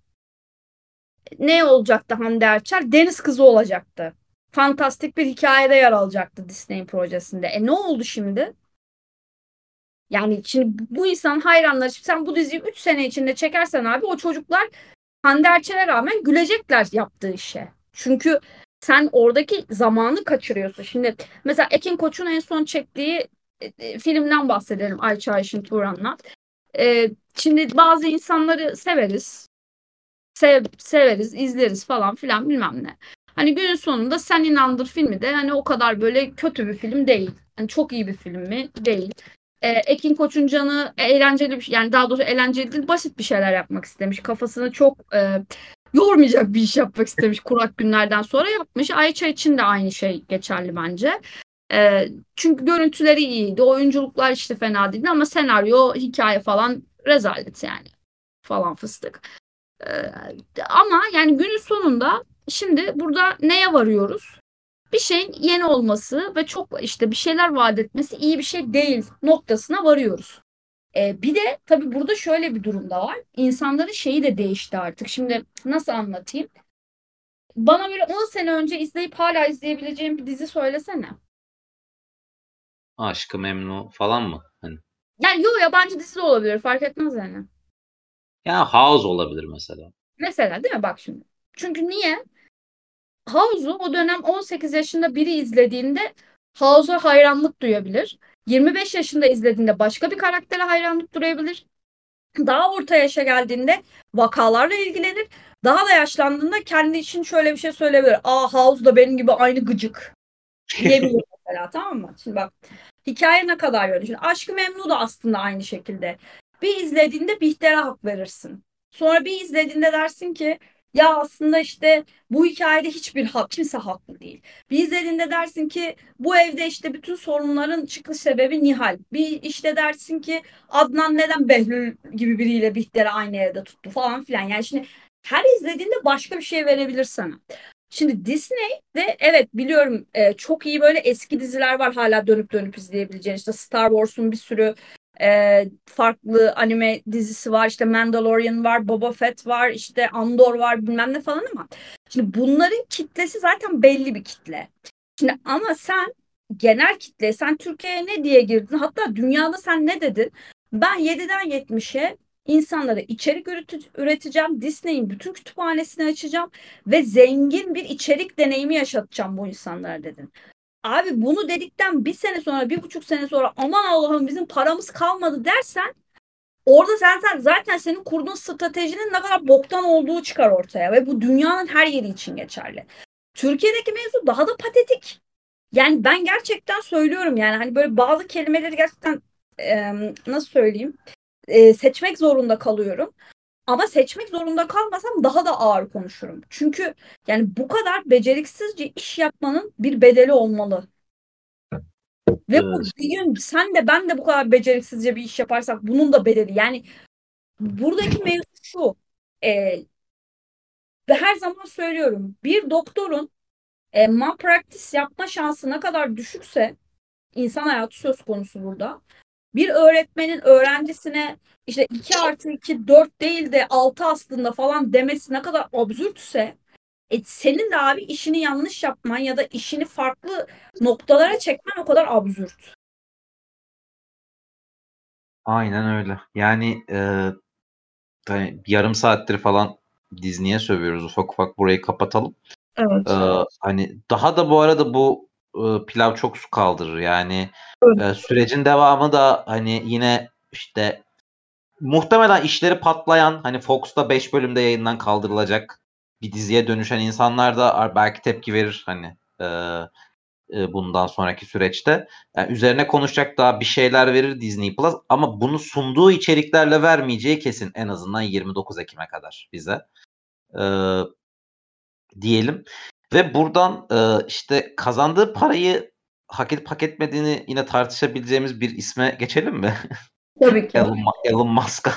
Speaker 2: Ne olacaktı Hande Erçel? Deniz kızı olacaktı. Fantastik bir hikayede yer alacaktı Disney'in projesinde. E ne oldu şimdi? Yani şimdi bu insan hayranları, şimdi sen bu diziyi üç sene içinde çekersen abi o çocuklar Hande Erçel'e rağmen gülecekler yaptığı işe. Çünkü sen oradaki zamanı kaçırıyorsun. Şimdi mesela Ekin Koç'un en son çektiği e, e, filmden bahsedelim Ayça Ayşin Turan'la. E, şimdi bazı insanları severiz. Sev, severiz, izleriz falan filan bilmem ne. Hani günün sonunda Sen İnandır filmi de hani o kadar böyle kötü bir film değil. Hani çok iyi bir film mi? Değil. E, Ekin Koçuncan'ı eğlenceli bir şey, yani daha doğrusu eğlenceli değil, basit bir şeyler yapmak istemiş. Kafasını çok e, yormayacak bir iş yapmak istemiş, kurak günlerden sonra yapmış. Ayça için de aynı şey geçerli bence. E, çünkü görüntüleri iyiydi. Oyunculuklar işte fena değildi ama senaryo, hikaye falan rezalet yani. Falan fıstık. E, ama yani günün sonunda şimdi burada neye varıyoruz? Bir şeyin yeni olması ve çok işte bir şeyler vaat etmesi iyi bir şey değil noktasına varıyoruz. Ee, bir de tabii burada şöyle bir durum da var. İnsanların şeyi de değişti artık. Şimdi nasıl anlatayım? Bana böyle on sene önce izleyip hala izleyebileceğim bir dizi söylesene.
Speaker 1: Aşk-ı Memnu falan mı? Hani.
Speaker 2: Yani yok, yabancı dizi de olabilir, fark etmez yani.
Speaker 1: Ya House olabilir mesela.
Speaker 2: Mesela değil mi, bak şimdi. Çünkü niye? House'u o dönem on sekiz yaşında biri izlediğinde House'a hayranlık duyabilir. yirmi beş yaşında izlediğinde başka bir karaktere hayranlık duyabilir. Daha orta yaşa geldiğinde vakalarla ilgilenir. Daha da yaşlandığında kendi için şöyle bir şey söyleyebilir. Aa, House da benim gibi aynı gıcık diyebilir mesela, tamam mı? Şimdi bak, hikaye ne kadar yönlü. Şimdi Aşk-ı Memnu da aslında aynı şekilde. Bir izlediğinde Bihter'e hak verirsin. Sonra bir izlediğinde dersin ki ya aslında işte bu hikayede hiçbir hak, kimse haklı değil. Bir izlediğinde dersin ki bu evde işte bütün sorunların çıkış sebebi Nihal. Bir işte dersin ki Adnan neden Behlül gibi biriyle Bihter'i aynı evde tuttu falan filan. Yani şimdi her izlediğinde başka bir şey verebilir sana. Şimdi Disney de, evet biliyorum, e, çok iyi böyle eski diziler var hala dönüp dönüp izleyebileceğin. İşte Star Wars'un bir sürü e, farklı anime dizisi var. İşte Mandalorian var, Boba Fett var, işte Andor var, bilmem ne falan ama şimdi bunların kitlesi zaten belli bir kitle. Şimdi ama sen genel kitle, sen Türkiye'ye ne diye girdin? Hatta dünyada sen ne dedin? Ben yediden yetmişe insanlara içerik üreteceğim. Disney'in bütün kütüphanesini açacağım ve zengin bir içerik deneyimi yaşatacağım bu insanlara dedin. Abi bunu dedikten bir sene sonra, bir buçuk sene sonra aman Allah'ım bizim paramız kalmadı dersen, orada sen, sen zaten senin kurduğun stratejinin ne kadar boktan olduğu çıkar ortaya ve bu dünyanın her yeri için geçerli. Türkiye'deki mevzu daha da patetik. Yani ben gerçekten söylüyorum, yani hani böyle bazı kelimeleri gerçekten e, nasıl söyleyeyim, e, seçmek zorunda kalıyorum. Ama seçmek zorunda kalmasam daha da ağır konuşurum. Çünkü yani bu kadar beceriksizce iş yapmanın bir bedeli olmalı. Ve bu
Speaker 1: Evet.
Speaker 2: bir gün sen de ben de bu kadar beceriksizce bir iş yaparsak bunun da bedeli. Yani buradaki mevzu şu. E, ve her zaman söylüyorum. Bir doktorun e, malpractice yapma şansı ne kadar düşükse, insan hayatı söz konusu burada. Bir öğretmenin öğrencisine işte iki artı iki dört değil de altı aslında falan demesi ne kadar absürtse, e, senin de abi işini yanlış yapman ya da işini farklı noktalara çekmen o kadar absürt.
Speaker 1: Aynen öyle. Yani e, hani yarım saattir falan Disney'e sövüyoruz. Ufak ufak burayı kapatalım. E,
Speaker 2: Evet.
Speaker 1: hani daha da bu arada bu e, pilav çok su kaldırır. Yani
Speaker 2: Evet.
Speaker 1: e, sürecin devamı da hani yine işte muhtemelen işleri patlayan, hani Fox'ta beş bölümde yayından kaldırılacak bir diziye dönüşen insanlar da belki tepki verir hani e, e, bundan sonraki süreçte. Yani üzerine konuşacak daha bir şeyler verir Disney Plus ama bunu sunduğu içeriklerle vermeyeceği kesin, en azından yirmi dokuz Ekim'e kadar bize. E, diyelim. Ve buradan e, işte kazandığı parayı hak edip hak etmediğini yine tartışabileceğimiz bir isme geçelim mi?
Speaker 2: Tabii ki.
Speaker 1: Elon, Elon Musk'a.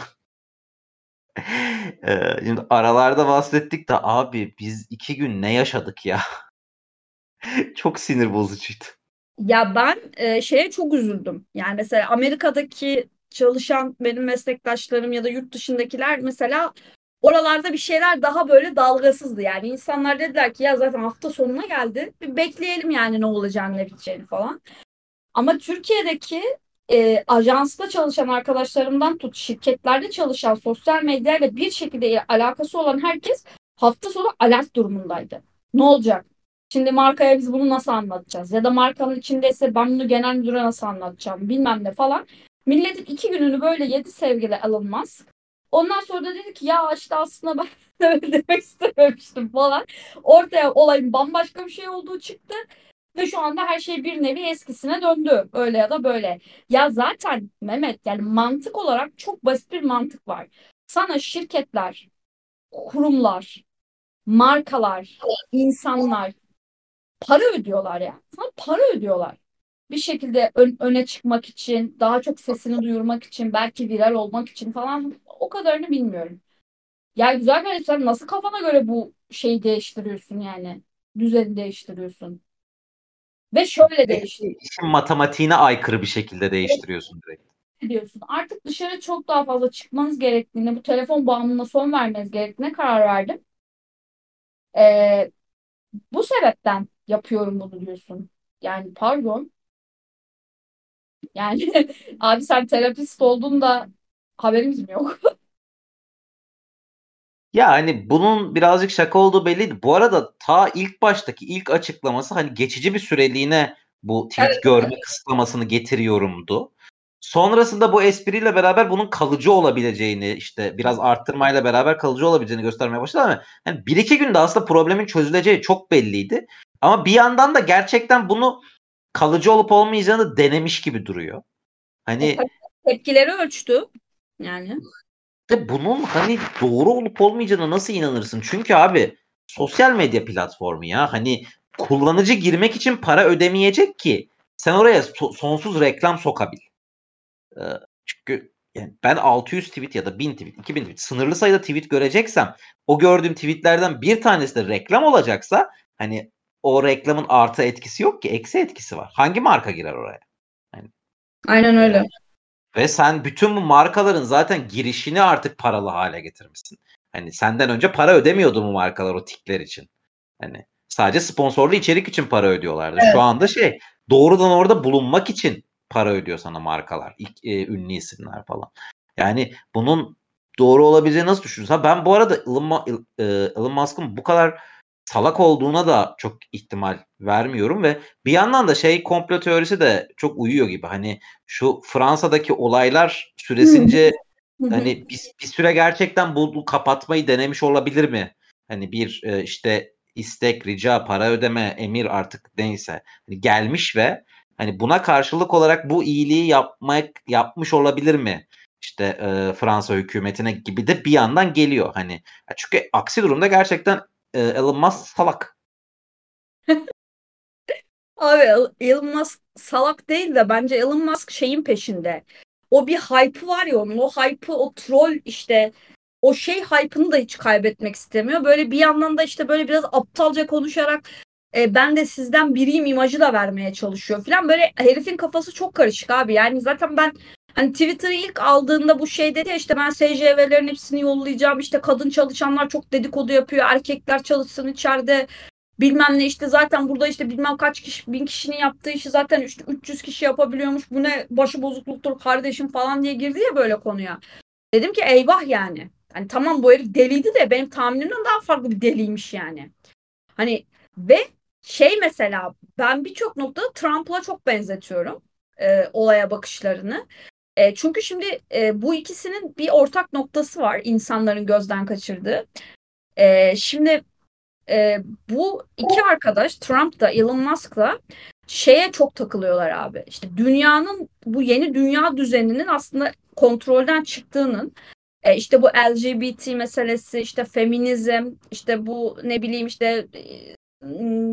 Speaker 1: Eee, şimdi aralarda bahsettik de abi biz iki gün ne yaşadık ya? Çok sinir bozucuydu.
Speaker 2: Ya ben e, şeye çok üzüldüm. Yani mesela Amerika'daki çalışan benim meslektaşlarım ya da yurt dışındakiler mesela oralarda bir şeyler daha böyle dalgasızdı. Yani insanlar dediler ki ya zaten hafta sonuna geldi. Bir bekleyelim yani ne olacağını ne biteceğini falan. Ama Türkiye'deki e, ajansta çalışan arkadaşlarımdan tut, şirketlerde çalışan, sosyal medyayla bir şekilde alakası olan herkes hafta sonu alert durumundaydı. Ne olacak? Şimdi markaya biz bunu nasıl anlatacağız? Ya da markanın içindeyse ben bunu genel müdüre nasıl anlatacağım? Bilmem ne falan. Milletin iki gününü böyle yedi sevgili Elon Musk. Ondan sonra da dedi ki ya işte aslında ben öyle demek istememiştim falan. Ortaya olayın bambaşka bir şey olduğu çıktı. Ve şu anda her şey bir nevi eskisine döndü. Öyle ya da böyle. Ya zaten Mehmet, yani mantık olarak çok basit bir mantık var. Sana şirketler, kurumlar, markalar, insanlar para ödüyorlar ya. Sana para ödüyorlar. Bir şekilde ön- öne çıkmak için, daha çok sesini duyurmak için, belki viral olmak için falan, o kadarını bilmiyorum. Ya güzel kardeşim, sen nasıl kafana göre bu şeyi değiştiriyorsun yani? Düzeni değiştiriyorsun. Ve şöyle
Speaker 1: Belki
Speaker 2: değiştiriyorsun.
Speaker 1: işin matematiğine aykırı bir şekilde değiştiriyorsun direkt.
Speaker 2: Diyorsun. Artık dışarı çok daha fazla çıkmanız gerektiğine, bu telefon bağımlılığına son vermeniz gerektiğine karar verdim. Ee, Bu sebepten yapıyorum bunu diyorsun. Yani pardon. Yani abi sen terapist oldun da haberimiz mi yok?
Speaker 1: Ya hani bunun birazcık şaka olduğu belliydi. Bu arada ta ilk baştaki ilk açıklaması hani geçici bir süreliğine bu tweet görme kısıtlamasını getiriyorumdu. Sonrasında bu espriyle beraber bunun kalıcı olabileceğini, işte biraz arttırmayla beraber kalıcı olabileceğini göstermeye başladı ama yani bir iki günde aslında problemin çözüleceği çok belliydi. Ama bir yandan da gerçekten bunu kalıcı olup olmayacağını denemiş gibi duruyor.
Speaker 2: E,
Speaker 1: Hani
Speaker 2: tabii tepkileri ölçtü. Yani.
Speaker 1: de bunun hani doğru olup olmayacağına nasıl inanırsın? Çünkü abi sosyal medya platformu ya. Hani kullanıcı girmek için para ödemeyecek ki sen oraya so- sonsuz reklam sokabil. Ee, çünkü yani ben altı yüz tweet ya da bin tweet, iki bin tweet sınırlı sayıda tweet göreceksem o gördüğüm tweetlerden bir tanesi de reklam olacaksa hani o reklamın artı etkisi yok ki, eksi etkisi var. Hangi marka girer oraya? Yani,
Speaker 2: Aynen
Speaker 1: e,
Speaker 2: öyle.
Speaker 1: ve sen bütün bu markaların zaten girişini artık paralı hale getirmişsin. Hani senden önce para ödemiyordu bu markalar o tikler için. Hani sadece sponsorlu içerik için para ödüyorlardı. Şu
Speaker 2: Evet.
Speaker 1: anda şey doğrudan orada bulunmak için para ödüyor sana markalar. İlk, e, ünlü isimler falan. Yani bunun doğru olabileceğini nasıl düşünüyorsun? Ha, ben bu arada Elon, Ma- e, Elon Musk'ın bu kadar salak olduğuna da çok ihtimal vermiyorum ve bir yandan da şey komplo teorisi de çok uyuyor gibi. Hani şu Fransa'daki olaylar
Speaker 2: Hı hı.
Speaker 1: süresince
Speaker 2: Hı hı.
Speaker 1: hani bir, bir süre gerçekten bu kapatmayı denemiş olabilir mi? Hani bir e, işte istek, rica, para ödeme, emir artık neyse hani gelmiş ve hani buna karşılık olarak bu iyiliği yapmak yapmış olabilir mi? İşte e, Fransa hükümetine gibi de bir yandan geliyor hani. Çünkü aksi durumda gerçekten e, Elon Musk salak.
Speaker 2: Abi El- Elon Musk salak değil de bence Elon Musk şeyin peşinde. O bir hype'ı var ya onun. O hype'ı, o troll işte, o şey hype'ını da hiç kaybetmek istemiyor. Böyle bir yandan da işte böyle biraz aptalca konuşarak e, ben de sizden biriyim imajı da vermeye çalışıyor falan. Böyle herifin kafası çok karışık abi. Yani zaten ben hani Twitter'ı ilk aldığında bu şey dedi ya, işte ben S C V'lerin hepsini yollayacağım. İşte kadın çalışanlar çok dedikodu yapıyor. Erkekler çalışsın içeride. Bilmem ne işte, zaten burada işte bilmem kaç kişi, bin kişinin yaptığı işi zaten işte üç yüz kişi yapabiliyormuş. Bu ne başı bozukluktur kardeşim falan diye girdi ya böyle konuya. Dedim ki eyvah yani. Hani tamam, bu herif deliydi de benim tahminimden daha farklı bir deliymiş yani. Hani ve şey, mesela ben birçok noktada Trump'la çok benzetiyorum e, olaya bakışlarını. E, çünkü şimdi e, bu ikisinin bir ortak noktası var insanların gözden kaçırdığı. E, şimdi e, bu iki arkadaş, Trump da Elon Musk da, şeye çok takılıyorlar abi. İşte dünyanın, bu yeni dünya düzeninin aslında kontrolden çıktığının, e, işte bu L G B T meselesi, işte feminizm, işte bu ne bileyim işte e,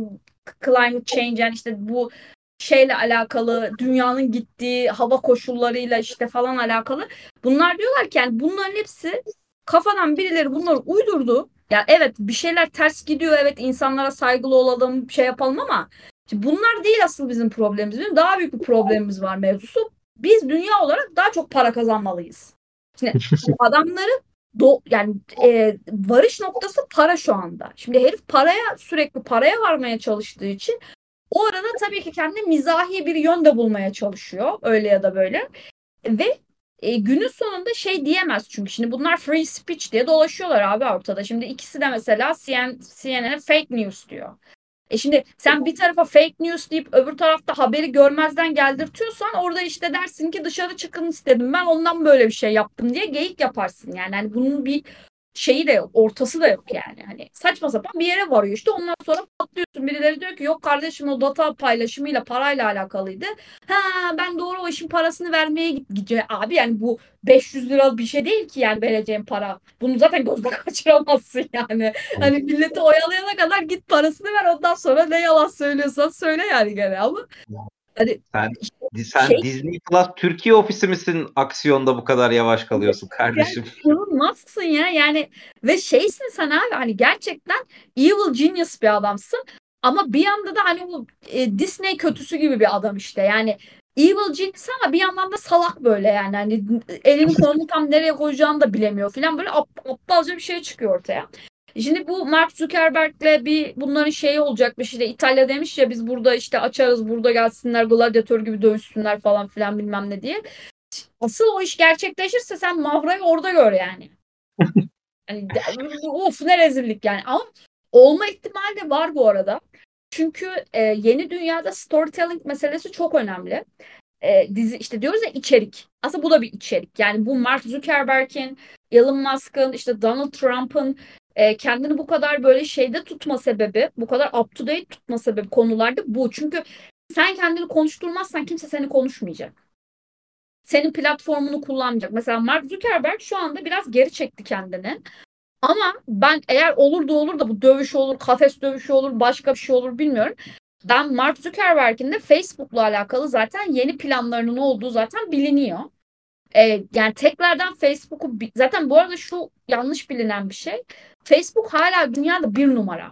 Speaker 2: climate change, yani işte bu şeyle alakalı, dünyanın gittiği hava koşullarıyla işte falan alakalı. Bunlar diyorlar ki yani bunların hepsi kafadan birileri bunları uydurdu. Ya evet, bir şeyler ters gidiyor. Evet, insanlara saygılı olalım, şey yapalım ama bunlar değil asıl bizim problemimiz. Bizim daha büyük bir problemimiz var mevzusu. Biz dünya olarak daha çok para kazanmalıyız. Şimdi adamların do, yani e, varış noktası para şu anda. Şimdi herif paraya, sürekli paraya varmaya çalıştığı için o arada tabii ki kendi mizahi bir yön de bulmaya çalışıyor. Öyle ya da böyle. Ve e, günün sonunda şey diyemez, çünkü şimdi bunlar free speech diye dolaşıyorlar abi ortada. Şimdi ikisi de mesela C N N'e fake news diyor. E şimdi sen bir tarafa fake news deyip öbür tarafta haberi görmezden geldirtiyorsan, orada işte dersin ki dışarı çıkın istedim ben, ondan böyle bir şey yaptım diye geyik yaparsın. Yani hani bunun bir şeyi de yok, ortası da yok yani. Hani saçma sapan bir yere varıyor işte. Ondan sonra patlıyorsun. Birileri diyor ki yok kardeşim o data paylaşımıyla parayla alakalıydı. Ha ben doğru o işin parasını vermeye gideceğim. Abi yani bu beş yüz lira bir şey değil ki yani vereceğim para. Bunu zaten gözden kaçıramazsın yani. Hani milleti oyalayana kadar git parasını ver ondan sonra ne yalan söylüyorsan söyle yani gene ama hani
Speaker 1: Sen sen
Speaker 2: şey
Speaker 1: Disney Plus Türkiye ofisi misin aksiyonda bu kadar yavaş kalıyorsun kardeşim?
Speaker 2: inanılmazsın ya yani ve şeysin sen abi hani gerçekten evil genius bir adamsın ama bir yanda da hani o e, Disney kötüsü gibi bir adam işte yani evil genius ama bir yandan da salak böyle yani hani elini kolunu tam nereye koyacağını da bilemiyor falan böyle ap, aptalca bir şey çıkıyor ortaya. Şimdi bu Mark Zuckerberg'le bir bunların şeyi olacakmış işte İtalya demiş ya biz burada işte açarız burada gelsinler gladyatör gibi dövüşsünler falan filan bilmem ne diye. Asıl o iş gerçekleşirse sen Mavra'yı orada gör yani. Hani of ne rezillik yani. Ama olma ihtimali de var bu arada. Çünkü e, yeni dünyada storytelling meselesi çok önemli. E, dizi işte diyoruz ya içerik. Aslında bu da bir içerik. Yani bu Mark Zuckerberg'in, Elon Musk'ın, işte Donald Trump'ın e, kendini bu kadar böyle şeyde tutma sebebi, bu kadar up to date tutma sebebi konularda bu. Çünkü sen kendini konuşturmazsan kimse seni konuşmayacak. Senin platformunu kullanmayacak. Mesela Mark Zuckerberg şu anda biraz geri çekti kendini. Ama ben eğer olur da olur da bu dövüş olur, kafes dövüşü olur, başka bir şey olur bilmiyorum. Ben Mark Zuckerberg'in de Facebook'la alakalı zaten yeni planlarının olduğu zaten biliniyor. Ee, yani tekrardan Facebook'u zaten bu arada şu yanlış bilinen bir şey. Facebook hala dünyada bir numara.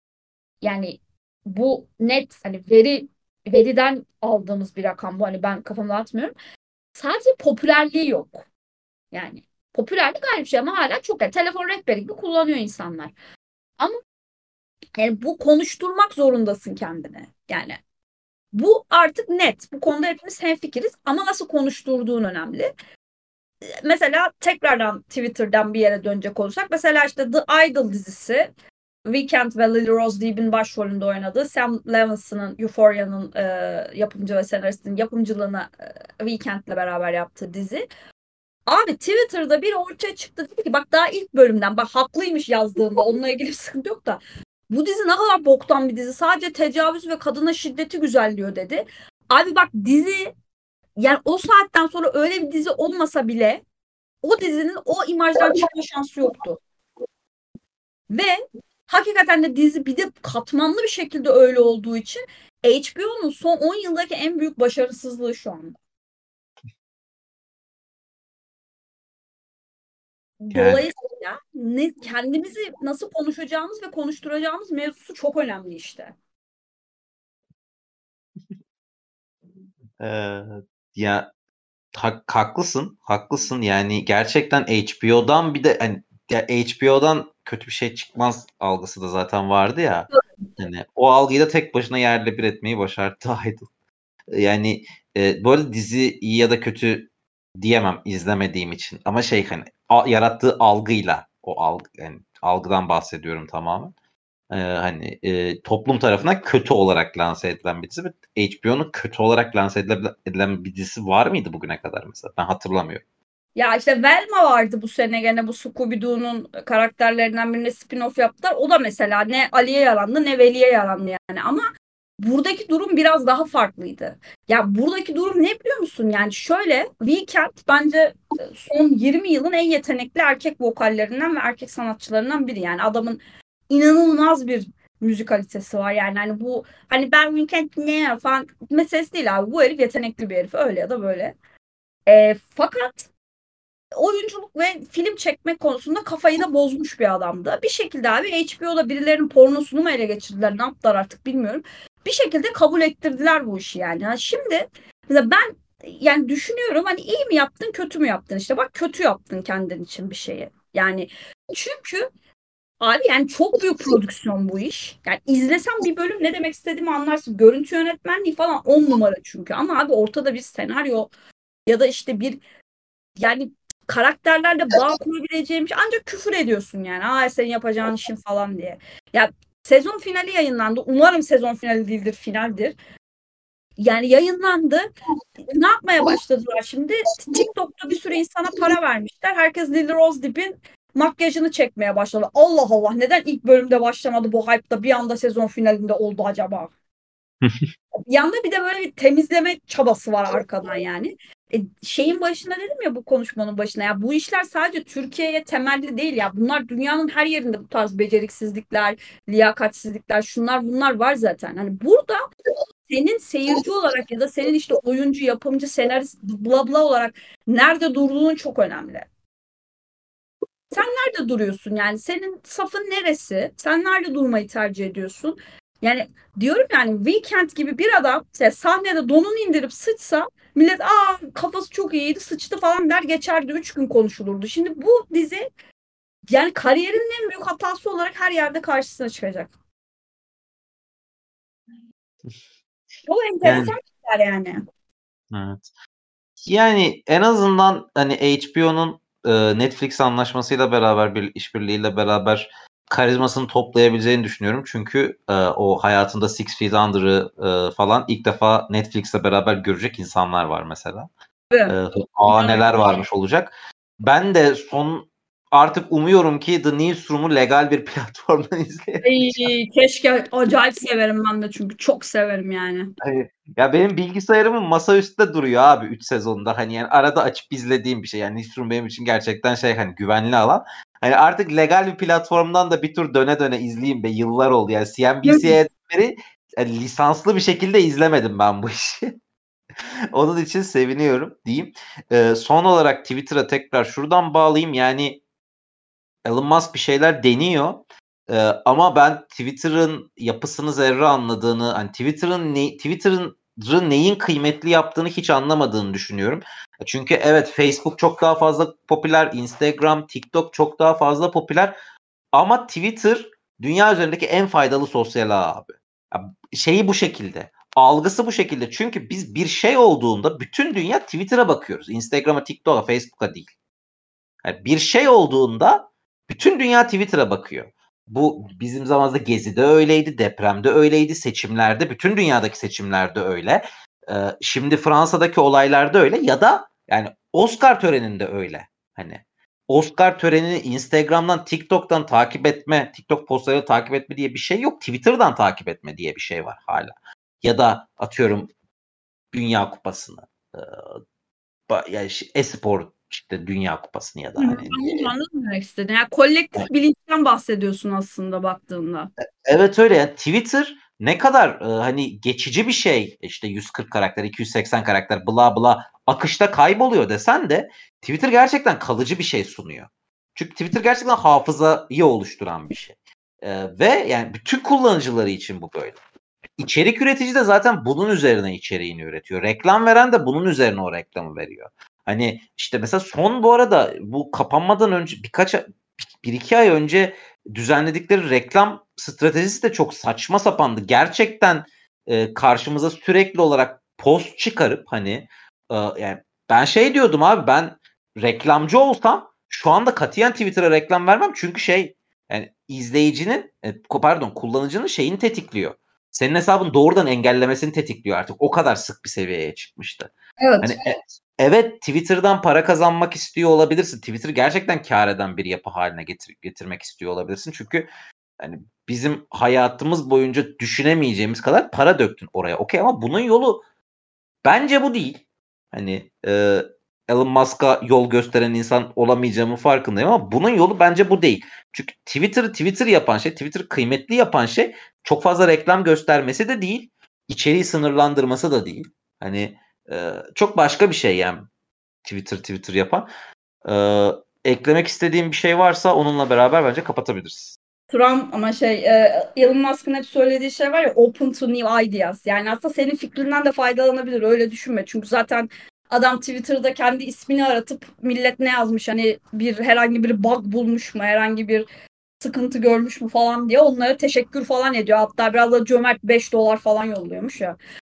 Speaker 2: Yani bu net hani veri veriden aldığımız bir rakam bu. Hani ben kafamda atmıyorum. Sadece popülerliği yok. Yani popülerlik ayrı bir şey ama hala çok yani telefon rehberi gibi kullanıyor insanlar. Ama yani bu konuşturmak zorundasın kendine. Yani bu artık net. Bu konuda hepimiz hemfikiriz ama nasıl konuşturduğun önemli. Mesela tekrardan Twitter'dan bir yere dönecek olursak mesela işte The Idol dizisi Weekend ve Lily Rose Depp'in başrolünde oynadığı Sam Levinson'ın Euphoria'nın e, yapımcı ve senaristinin yapımcılığına e, Weekend'le beraber yaptığı dizi. Abi Twitter'da bir ortaya çıktı dedi ki bak daha ilk bölümden bak haklıymış yazdığında onunla ilgili bir sıkıntı yok da bu dizi ne kadar boktan bir dizi sadece tecavüz ve kadına şiddeti güzelliyor dedi. Abi bak dizi yani o saatten sonra öyle bir dizi olmasa bile o dizinin o imajdan çıkma şansı yoktu. Ve hakikaten de dizi bir de katmanlı bir şekilde öyle olduğu için H B O'nun son on yıldaki en büyük başarısızlığı şu anda.
Speaker 1: Yani
Speaker 2: Dolayısıyla ne, kendimizi nasıl konuşacağımız ve konuşturacağımız mevzusu çok önemli işte.
Speaker 1: Ee, ya hak- haklısın, haklısın. Yani gerçekten H B O'dan bir de hani ya H B O'dan kötü bir şey çıkmaz algısı da zaten vardı ya. Hani o algıyı da tek başına yerle bir etmeyi başardı Aydın. Yani e, bu arada dizi iyi ya da kötü diyemem izlemediğim için. Ama şey hani a- yarattığı algıyla o algı yani algıdan bahsediyorum tamamen. Ee, hani e, toplum tarafından kötü olarak lanse edilen bir dizi. H B O'nun kötü olarak lanse edilen, edilen bir dizisi var mıydı bugüne kadar mesela? Ben hatırlamıyorum.
Speaker 2: Ya işte Velma vardı bu sene gene bu Scooby-Doo'nun karakterlerinden birine spin-off yaptılar. O da mesela ne Ali'ye yarandı ne Veli'ye yarandı yani. Ama buradaki durum biraz daha farklıydı. Ya buradaki durum ne biliyor musun? Yani şöyle Weekend bence son yirmi yılın en yetenekli erkek vokallerinden ve erkek sanatçılarından biri. Yani adamın inanılmaz bir müzikalitesi var. Yani hani bu hani ben Weekend ne falan meselesi değil abi. Bu herif yetenekli bir herif öyle ya da böyle. E, fakat oyunculuk ve film çekmek konusunda kafayı da bozmuş bir adamdı. Bir şekilde abi H B O'da birilerinin pornosunu mu ele geçirdiler ne yaptılar artık bilmiyorum. Bir şekilde kabul ettirdiler bu işi yani. Ha şimdi mesela ben yani düşünüyorum hani iyi mi yaptın kötü mü yaptın işte bak kötü yaptın kendin için bir şeyi. Yani çünkü abi yani çok büyük prodüksiyon bu iş. Yani izlesen bir bölüm ne demek istediğimi anlarsın. Görüntü yönetmenliği falan on numara çünkü. Ama abi ortada bir senaryo ya da işte bir yani karakterlerle bağ kurabileceğim şey ancak küfür ediyorsun yani. Aa senin yapacağın işin falan diye. Ya sezon finali yayınlandı. Umarım sezon finali değildir, finaldir. Yani yayınlandı. Ne yapmaya başladılar şimdi? TikTok'ta bir sürü insana para vermişler. Herkes Lily Rose Depp'in makyajını çekmeye başladı. Allah Allah, neden ilk bölümde başlamadı bu hype da bir anda sezon finalinde oldu acaba? Bir yanda bir de böyle bir temizleme çabası var arkadan yani. E, şeyin başında dedim ya, bu konuşmanın başına, ya bu işler sadece Türkiye'ye temelli değil ya. Bunlar dünyanın her yerinde, bu tarz beceriksizlikler, liyakatsizlikler, şunlar bunlar var zaten. Hani burada senin seyirci olarak ya da senin işte oyuncu, yapımcı, senarist, bla bla olarak nerede durduğun çok önemli. Sen nerede duruyorsun yani? Senin safın neresi? Sen nerede durmayı tercih ediyorsun? Yani diyorum yani, Weekend gibi bir adam işte sahnede donunu indirip sıçsa millet aa kafası çok iyiydi sıçtı falan der geçerdi, üç gün konuşulurdu. Şimdi bu dizi yani kariyerinin en büyük hatası olarak her yerde karşısına çıkacak. Çok enteresan
Speaker 1: Yani
Speaker 2: şeyler yani.
Speaker 1: evet. Yani en azından hani H B O'nun e, Netflix anlaşmasıyla beraber, bir işbirliğiyle beraber karizmasını toplayabileceğini düşünüyorum. Çünkü e, o hayatında Six Feet Under'ı e, falan ilk defa Netflix'le beraber görecek insanlar var mesela.
Speaker 2: Evet.
Speaker 1: E, aa neler varmış olacak. Ben de son artık umuyorum ki The Newsroom'u legal bir platformdan izleyebileceğim.
Speaker 2: Ay, keşke, acayip severim ben de, çünkü çok severim yani.
Speaker 1: Hani, ya benim bilgisayarımın masaüstünde duruyor abi üç sezonda. Hani yani arada açıp izlediğim bir şey. Yani Newsroom benim için gerçekten şey, hani güvenli alan. Hani artık legal bir platformdan da bir tur döne döne izleyeyim be. Yıllar oldu yani. C N B C'ye beri yani lisanslı bir şekilde izlemedim ben bu işi. Onun için seviniyorum diyeyim. Ee, son olarak Twitter'a tekrar şuradan bağlayayım. Yani Elon Musk bir şeyler deniyor. Ee, ama ben Twitter'ın yapısını zerre anladığını, hani Twitter'ın ne, Twitter'ın neyin kıymetli yaptığını hiç anlamadığını düşünüyorum. Çünkü evet, Facebook çok daha fazla popüler, Instagram, TikTok çok daha fazla popüler ama Twitter dünya üzerindeki en faydalı sosyal ağ abi. Ya, şeyi bu şekilde, algısı bu şekilde. Çünkü biz bir şey olduğunda bütün dünya Twitter'a bakıyoruz. Instagram'a, TikTok'a, Facebook'a değil. Yani bir şey olduğunda bütün dünya Twitter'a bakıyor. Bu bizim zamanımızda Gezi'de öyleydi, depremde öyleydi, seçimlerde, bütün dünyadaki seçimlerde öyle. Ee, şimdi Fransa'daki olaylarda öyle ya da yani Oscar töreninde öyle. Hani Oscar törenini Instagram'dan, TikTok'tan takip etme, TikTok postlarıyla takip etme diye bir şey yok. Twitter'dan takip etme diye bir şey var hala. Ya da atıyorum Dünya Kupası'nı. Ee, yani e-spor işte Dünya Kupası'nı ya
Speaker 2: Hı
Speaker 1: da
Speaker 2: hı,
Speaker 1: hani
Speaker 2: anladım anladım ne demek istediğini. Yani kolektif bilinçten bahsediyorsun aslında baktığında.
Speaker 1: evet öyle yani Twitter ne kadar e, hani geçici bir şey, işte yüz kırk karakter, iki yüz seksen karakter, bla bla akışta kayboluyor desen de Twitter gerçekten kalıcı bir şey sunuyor. Çünkü Twitter gerçekten hafızayı oluşturan bir şey. E, ve yani bütün kullanıcıları için bu böyle. İçerik üretici de zaten bunun üzerine içeriğini üretiyor. Reklam veren de bunun üzerine o reklamı veriyor. Hani işte mesela son, bu arada bu kapanmadan önce birkaç bir iki ay önce düzenledikleri reklam stratejisi de çok saçma sapandı. Gerçekten e, karşımıza sürekli olarak post çıkarıp hani e, yani ben şey diyordum abi, ben reklamcı olsam şu anda katiyen Twitter'a reklam vermem çünkü şey, yani izleyicinin e, pardon kullanıcının şeyini tetikliyor. Senin hesabın doğrudan engellemesini tetikliyor artık. O kadar sık bir seviyeye çıkmıştı. Hani
Speaker 2: Evet.
Speaker 1: e, evet, Twitter'dan para kazanmak istiyor olabilirsin. Twitter gerçekten kâr eden bir yapı haline getir, getirmek istiyor olabilirsin. Çünkü hani bizim hayatımız boyunca düşünemeyeceğimiz kadar para döktün oraya. Okey, ama bunun yolu bence bu değil. Hani e, Elon Musk'a yol gösteren insan olamayacağımın farkındayım ama bunun yolu bence bu değil. Çünkü Twitter'ı Twitter yapan şey, Twitter kıymetli yapan şey çok fazla reklam göstermesi de değil, içeriği sınırlandırması da değil. Hani e, çok başka bir şey yani Twitter Twitter yapan. E, eklemek istediğim bir şey varsa onunla beraber bence kapatabiliriz.
Speaker 2: Trump ama şey e, Elon Musk'ın hep söylediği şey var ya, open to new ideas. Yani aslında senin fikrinden de faydalanabilir, öyle düşünme. Çünkü zaten adam Twitter'da kendi ismini aratıp millet ne yazmış, hani bir herhangi bir bug bulmuş mu, herhangi bir sıkıntı görmüş mü falan diye onlara teşekkür falan ediyor. Hatta biraz da cömert beş dolar falan yolluyormuş ya.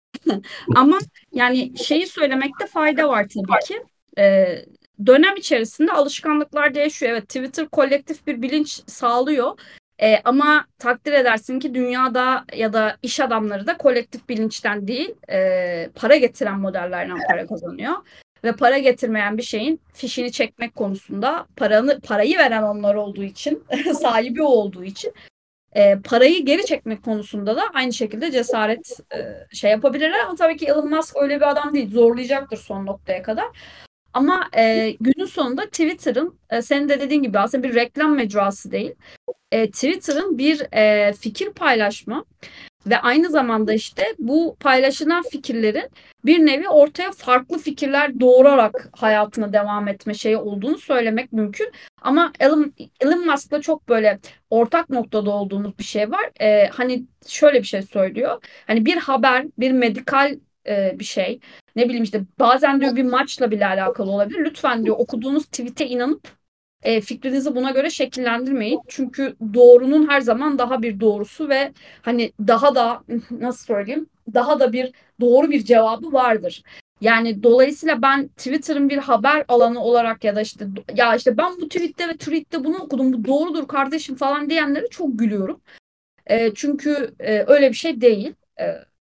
Speaker 2: Ama yani şeyi söylemekte fayda var tabii ki. Ee, dönem içerisinde alışkanlıklar değişiyor. Evet, Twitter kolektif bir bilinç sağlıyor. Ee, ama takdir edersin ki dünyada ya da iş adamları da kolektif bilinçten değil, e, para getiren modellerden para kazanıyor. ve para getirmeyen bir şeyin fişini çekmek konusunda paranı parayı veren onlar olduğu için sahibi o olduğu için e, parayı geri çekmek konusunda da aynı şekilde cesaret e, şey yapabilirler ama tabii ki Elon Musk öyle bir adam değil. Zorlayacaktır son noktaya kadar. Ama e, günün sonunda Twitter'ın e, senin de dediğin gibi aslında bir reklam mecrası değil. E, Twitter'ın bir e, fikir paylaşma ve aynı zamanda işte bu paylaşılan fikirlerin bir nevi ortaya farklı fikirler doğurarak hayatına devam etme şeyi olduğunu söylemek mümkün. Ama Elon, Elon Musk'la çok böyle ortak noktada olduğumuz bir şey var. Ee, hani şöyle bir şey söylüyor. Hani bir haber, bir medikal e, bir şey. Ne bileyim işte bazen diyor bir maçla bile alakalı olabilir. Lütfen diyor okuduğunuz tweet'e inanıp e, fikrinizi buna göre şekillendirmeyin. Çünkü doğrunun her zaman daha bir doğrusu ve hani daha da nasıl söyleyeyim daha da bir doğru bir cevabı vardır. Yani dolayısıyla ben Twitter'ın bir haber alanı olarak ya da işte ya işte ben bu tweette ve tweette bunu okudum bu doğrudur kardeşim falan diyenlere çok gülüyorum. E, çünkü e, öyle bir şey değil. E,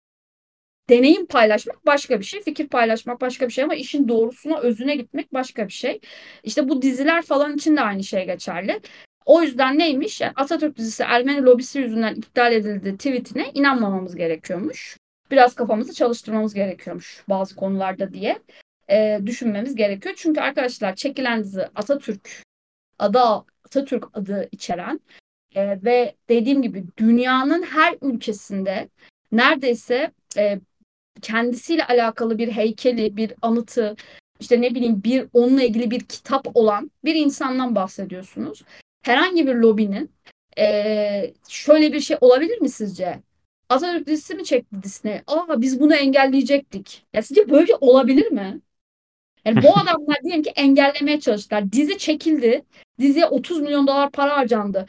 Speaker 2: deneyim paylaşmak başka bir şey, fikir paylaşmak başka bir şey ama işin doğrusuna, özüne gitmek başka bir şey. İşte bu diziler falan için de aynı şey geçerli. O yüzden neymiş? Yani Atatürk dizisi Ermeni lobisi yüzünden iptal edildi tweetine inanmamamız gerekiyormuş. Biraz kafamızı çalıştırmamız gerekiyormuş bazı konularda diye e, düşünmemiz gerekiyor. Çünkü arkadaşlar çekilen dizi Atatürk adı Atatürk adı içeren e, ve dediğim gibi dünyanın her ülkesinde neredeyse e, kendisiyle alakalı bir heykeli, bir anıtı, işte ne bileyim bir onunla ilgili bir kitap olan bir insandan bahsediyorsunuz. Herhangi bir lobinin eee, şöyle bir şey olabilir mi sizce? Atatürk dizisi mi çekti Disney? Aa biz bunu engelleyecektik. Ya sizce böyle bir şey olabilir mi? Yani bu adamlar diyelim ki engellemeye çalıştılar. Dizi çekildi. Diziye otuz milyon dolar para harcandı.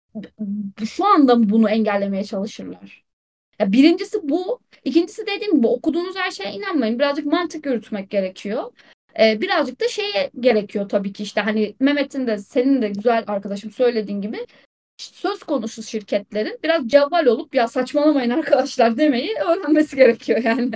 Speaker 2: Şu anda mı bunu engellemeye çalışırlar? Ya birincisi bu. İkincisi dediğim gibi okuduğunuz her şeye inanmayın. Birazcık mantık yürütmek gerekiyor. Ee, birazcık da şeye gerekiyor tabii ki işte hani Mehmet'in de senin de güzel arkadaşım söylediğin gibi söz konusu şirketlerin biraz cevval olup ya saçmalamayın arkadaşlar demeyi öğrenmesi gerekiyor yani.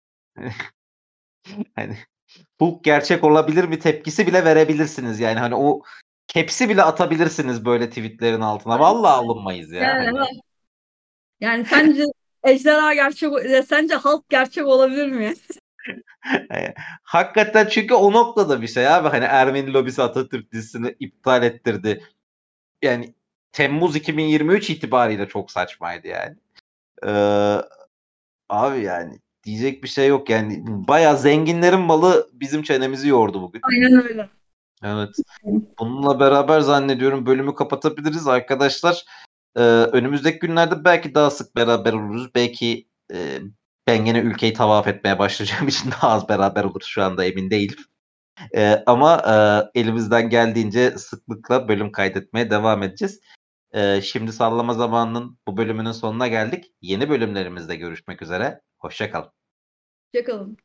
Speaker 1: Hani bu gerçek olabilir bir tepkisi bile verebilirsiniz yani hani o kepsi bile atabilirsiniz böyle tweetlerin altına. Vallahi alınmayız ya
Speaker 2: Yani,
Speaker 1: hani.
Speaker 2: yani sence ejderha gerçek, sence halk gerçek olabilir mi?
Speaker 1: Eee, hakikaten çünkü o noktada bir şey abi. Hani Ermeni lobisi Atatürk dizisini iptal ettirdi. Yani Temmuz iki bin yirmi üç itibariyle çok saçmaydı yani. Eee, abi yani diyecek bir şey yok yani. Bayağı zenginlerin malı bizim çenemizi yordu bugün.
Speaker 2: Aynen öyle.
Speaker 1: Evet. Bununla beraber zannediyorum bölümü kapatabiliriz arkadaşlar. Eee, önümüzdeki günlerde belki daha sık beraber oluruz. Belki eee, ben gene ülkeyi tavaf etmeye başlayacağım için daha az beraber oluruz. Şu anda emin değilim. Eee, ama eee, elimizden geldiğince sıklıkla bölüm kaydetmeye devam edeceğiz. Eee, şimdi sallama zamanının bu bölümünün sonuna geldik. Yeni bölümlerimizde görüşmek üzere. Hoşça kalın.
Speaker 2: Hoşçakalın.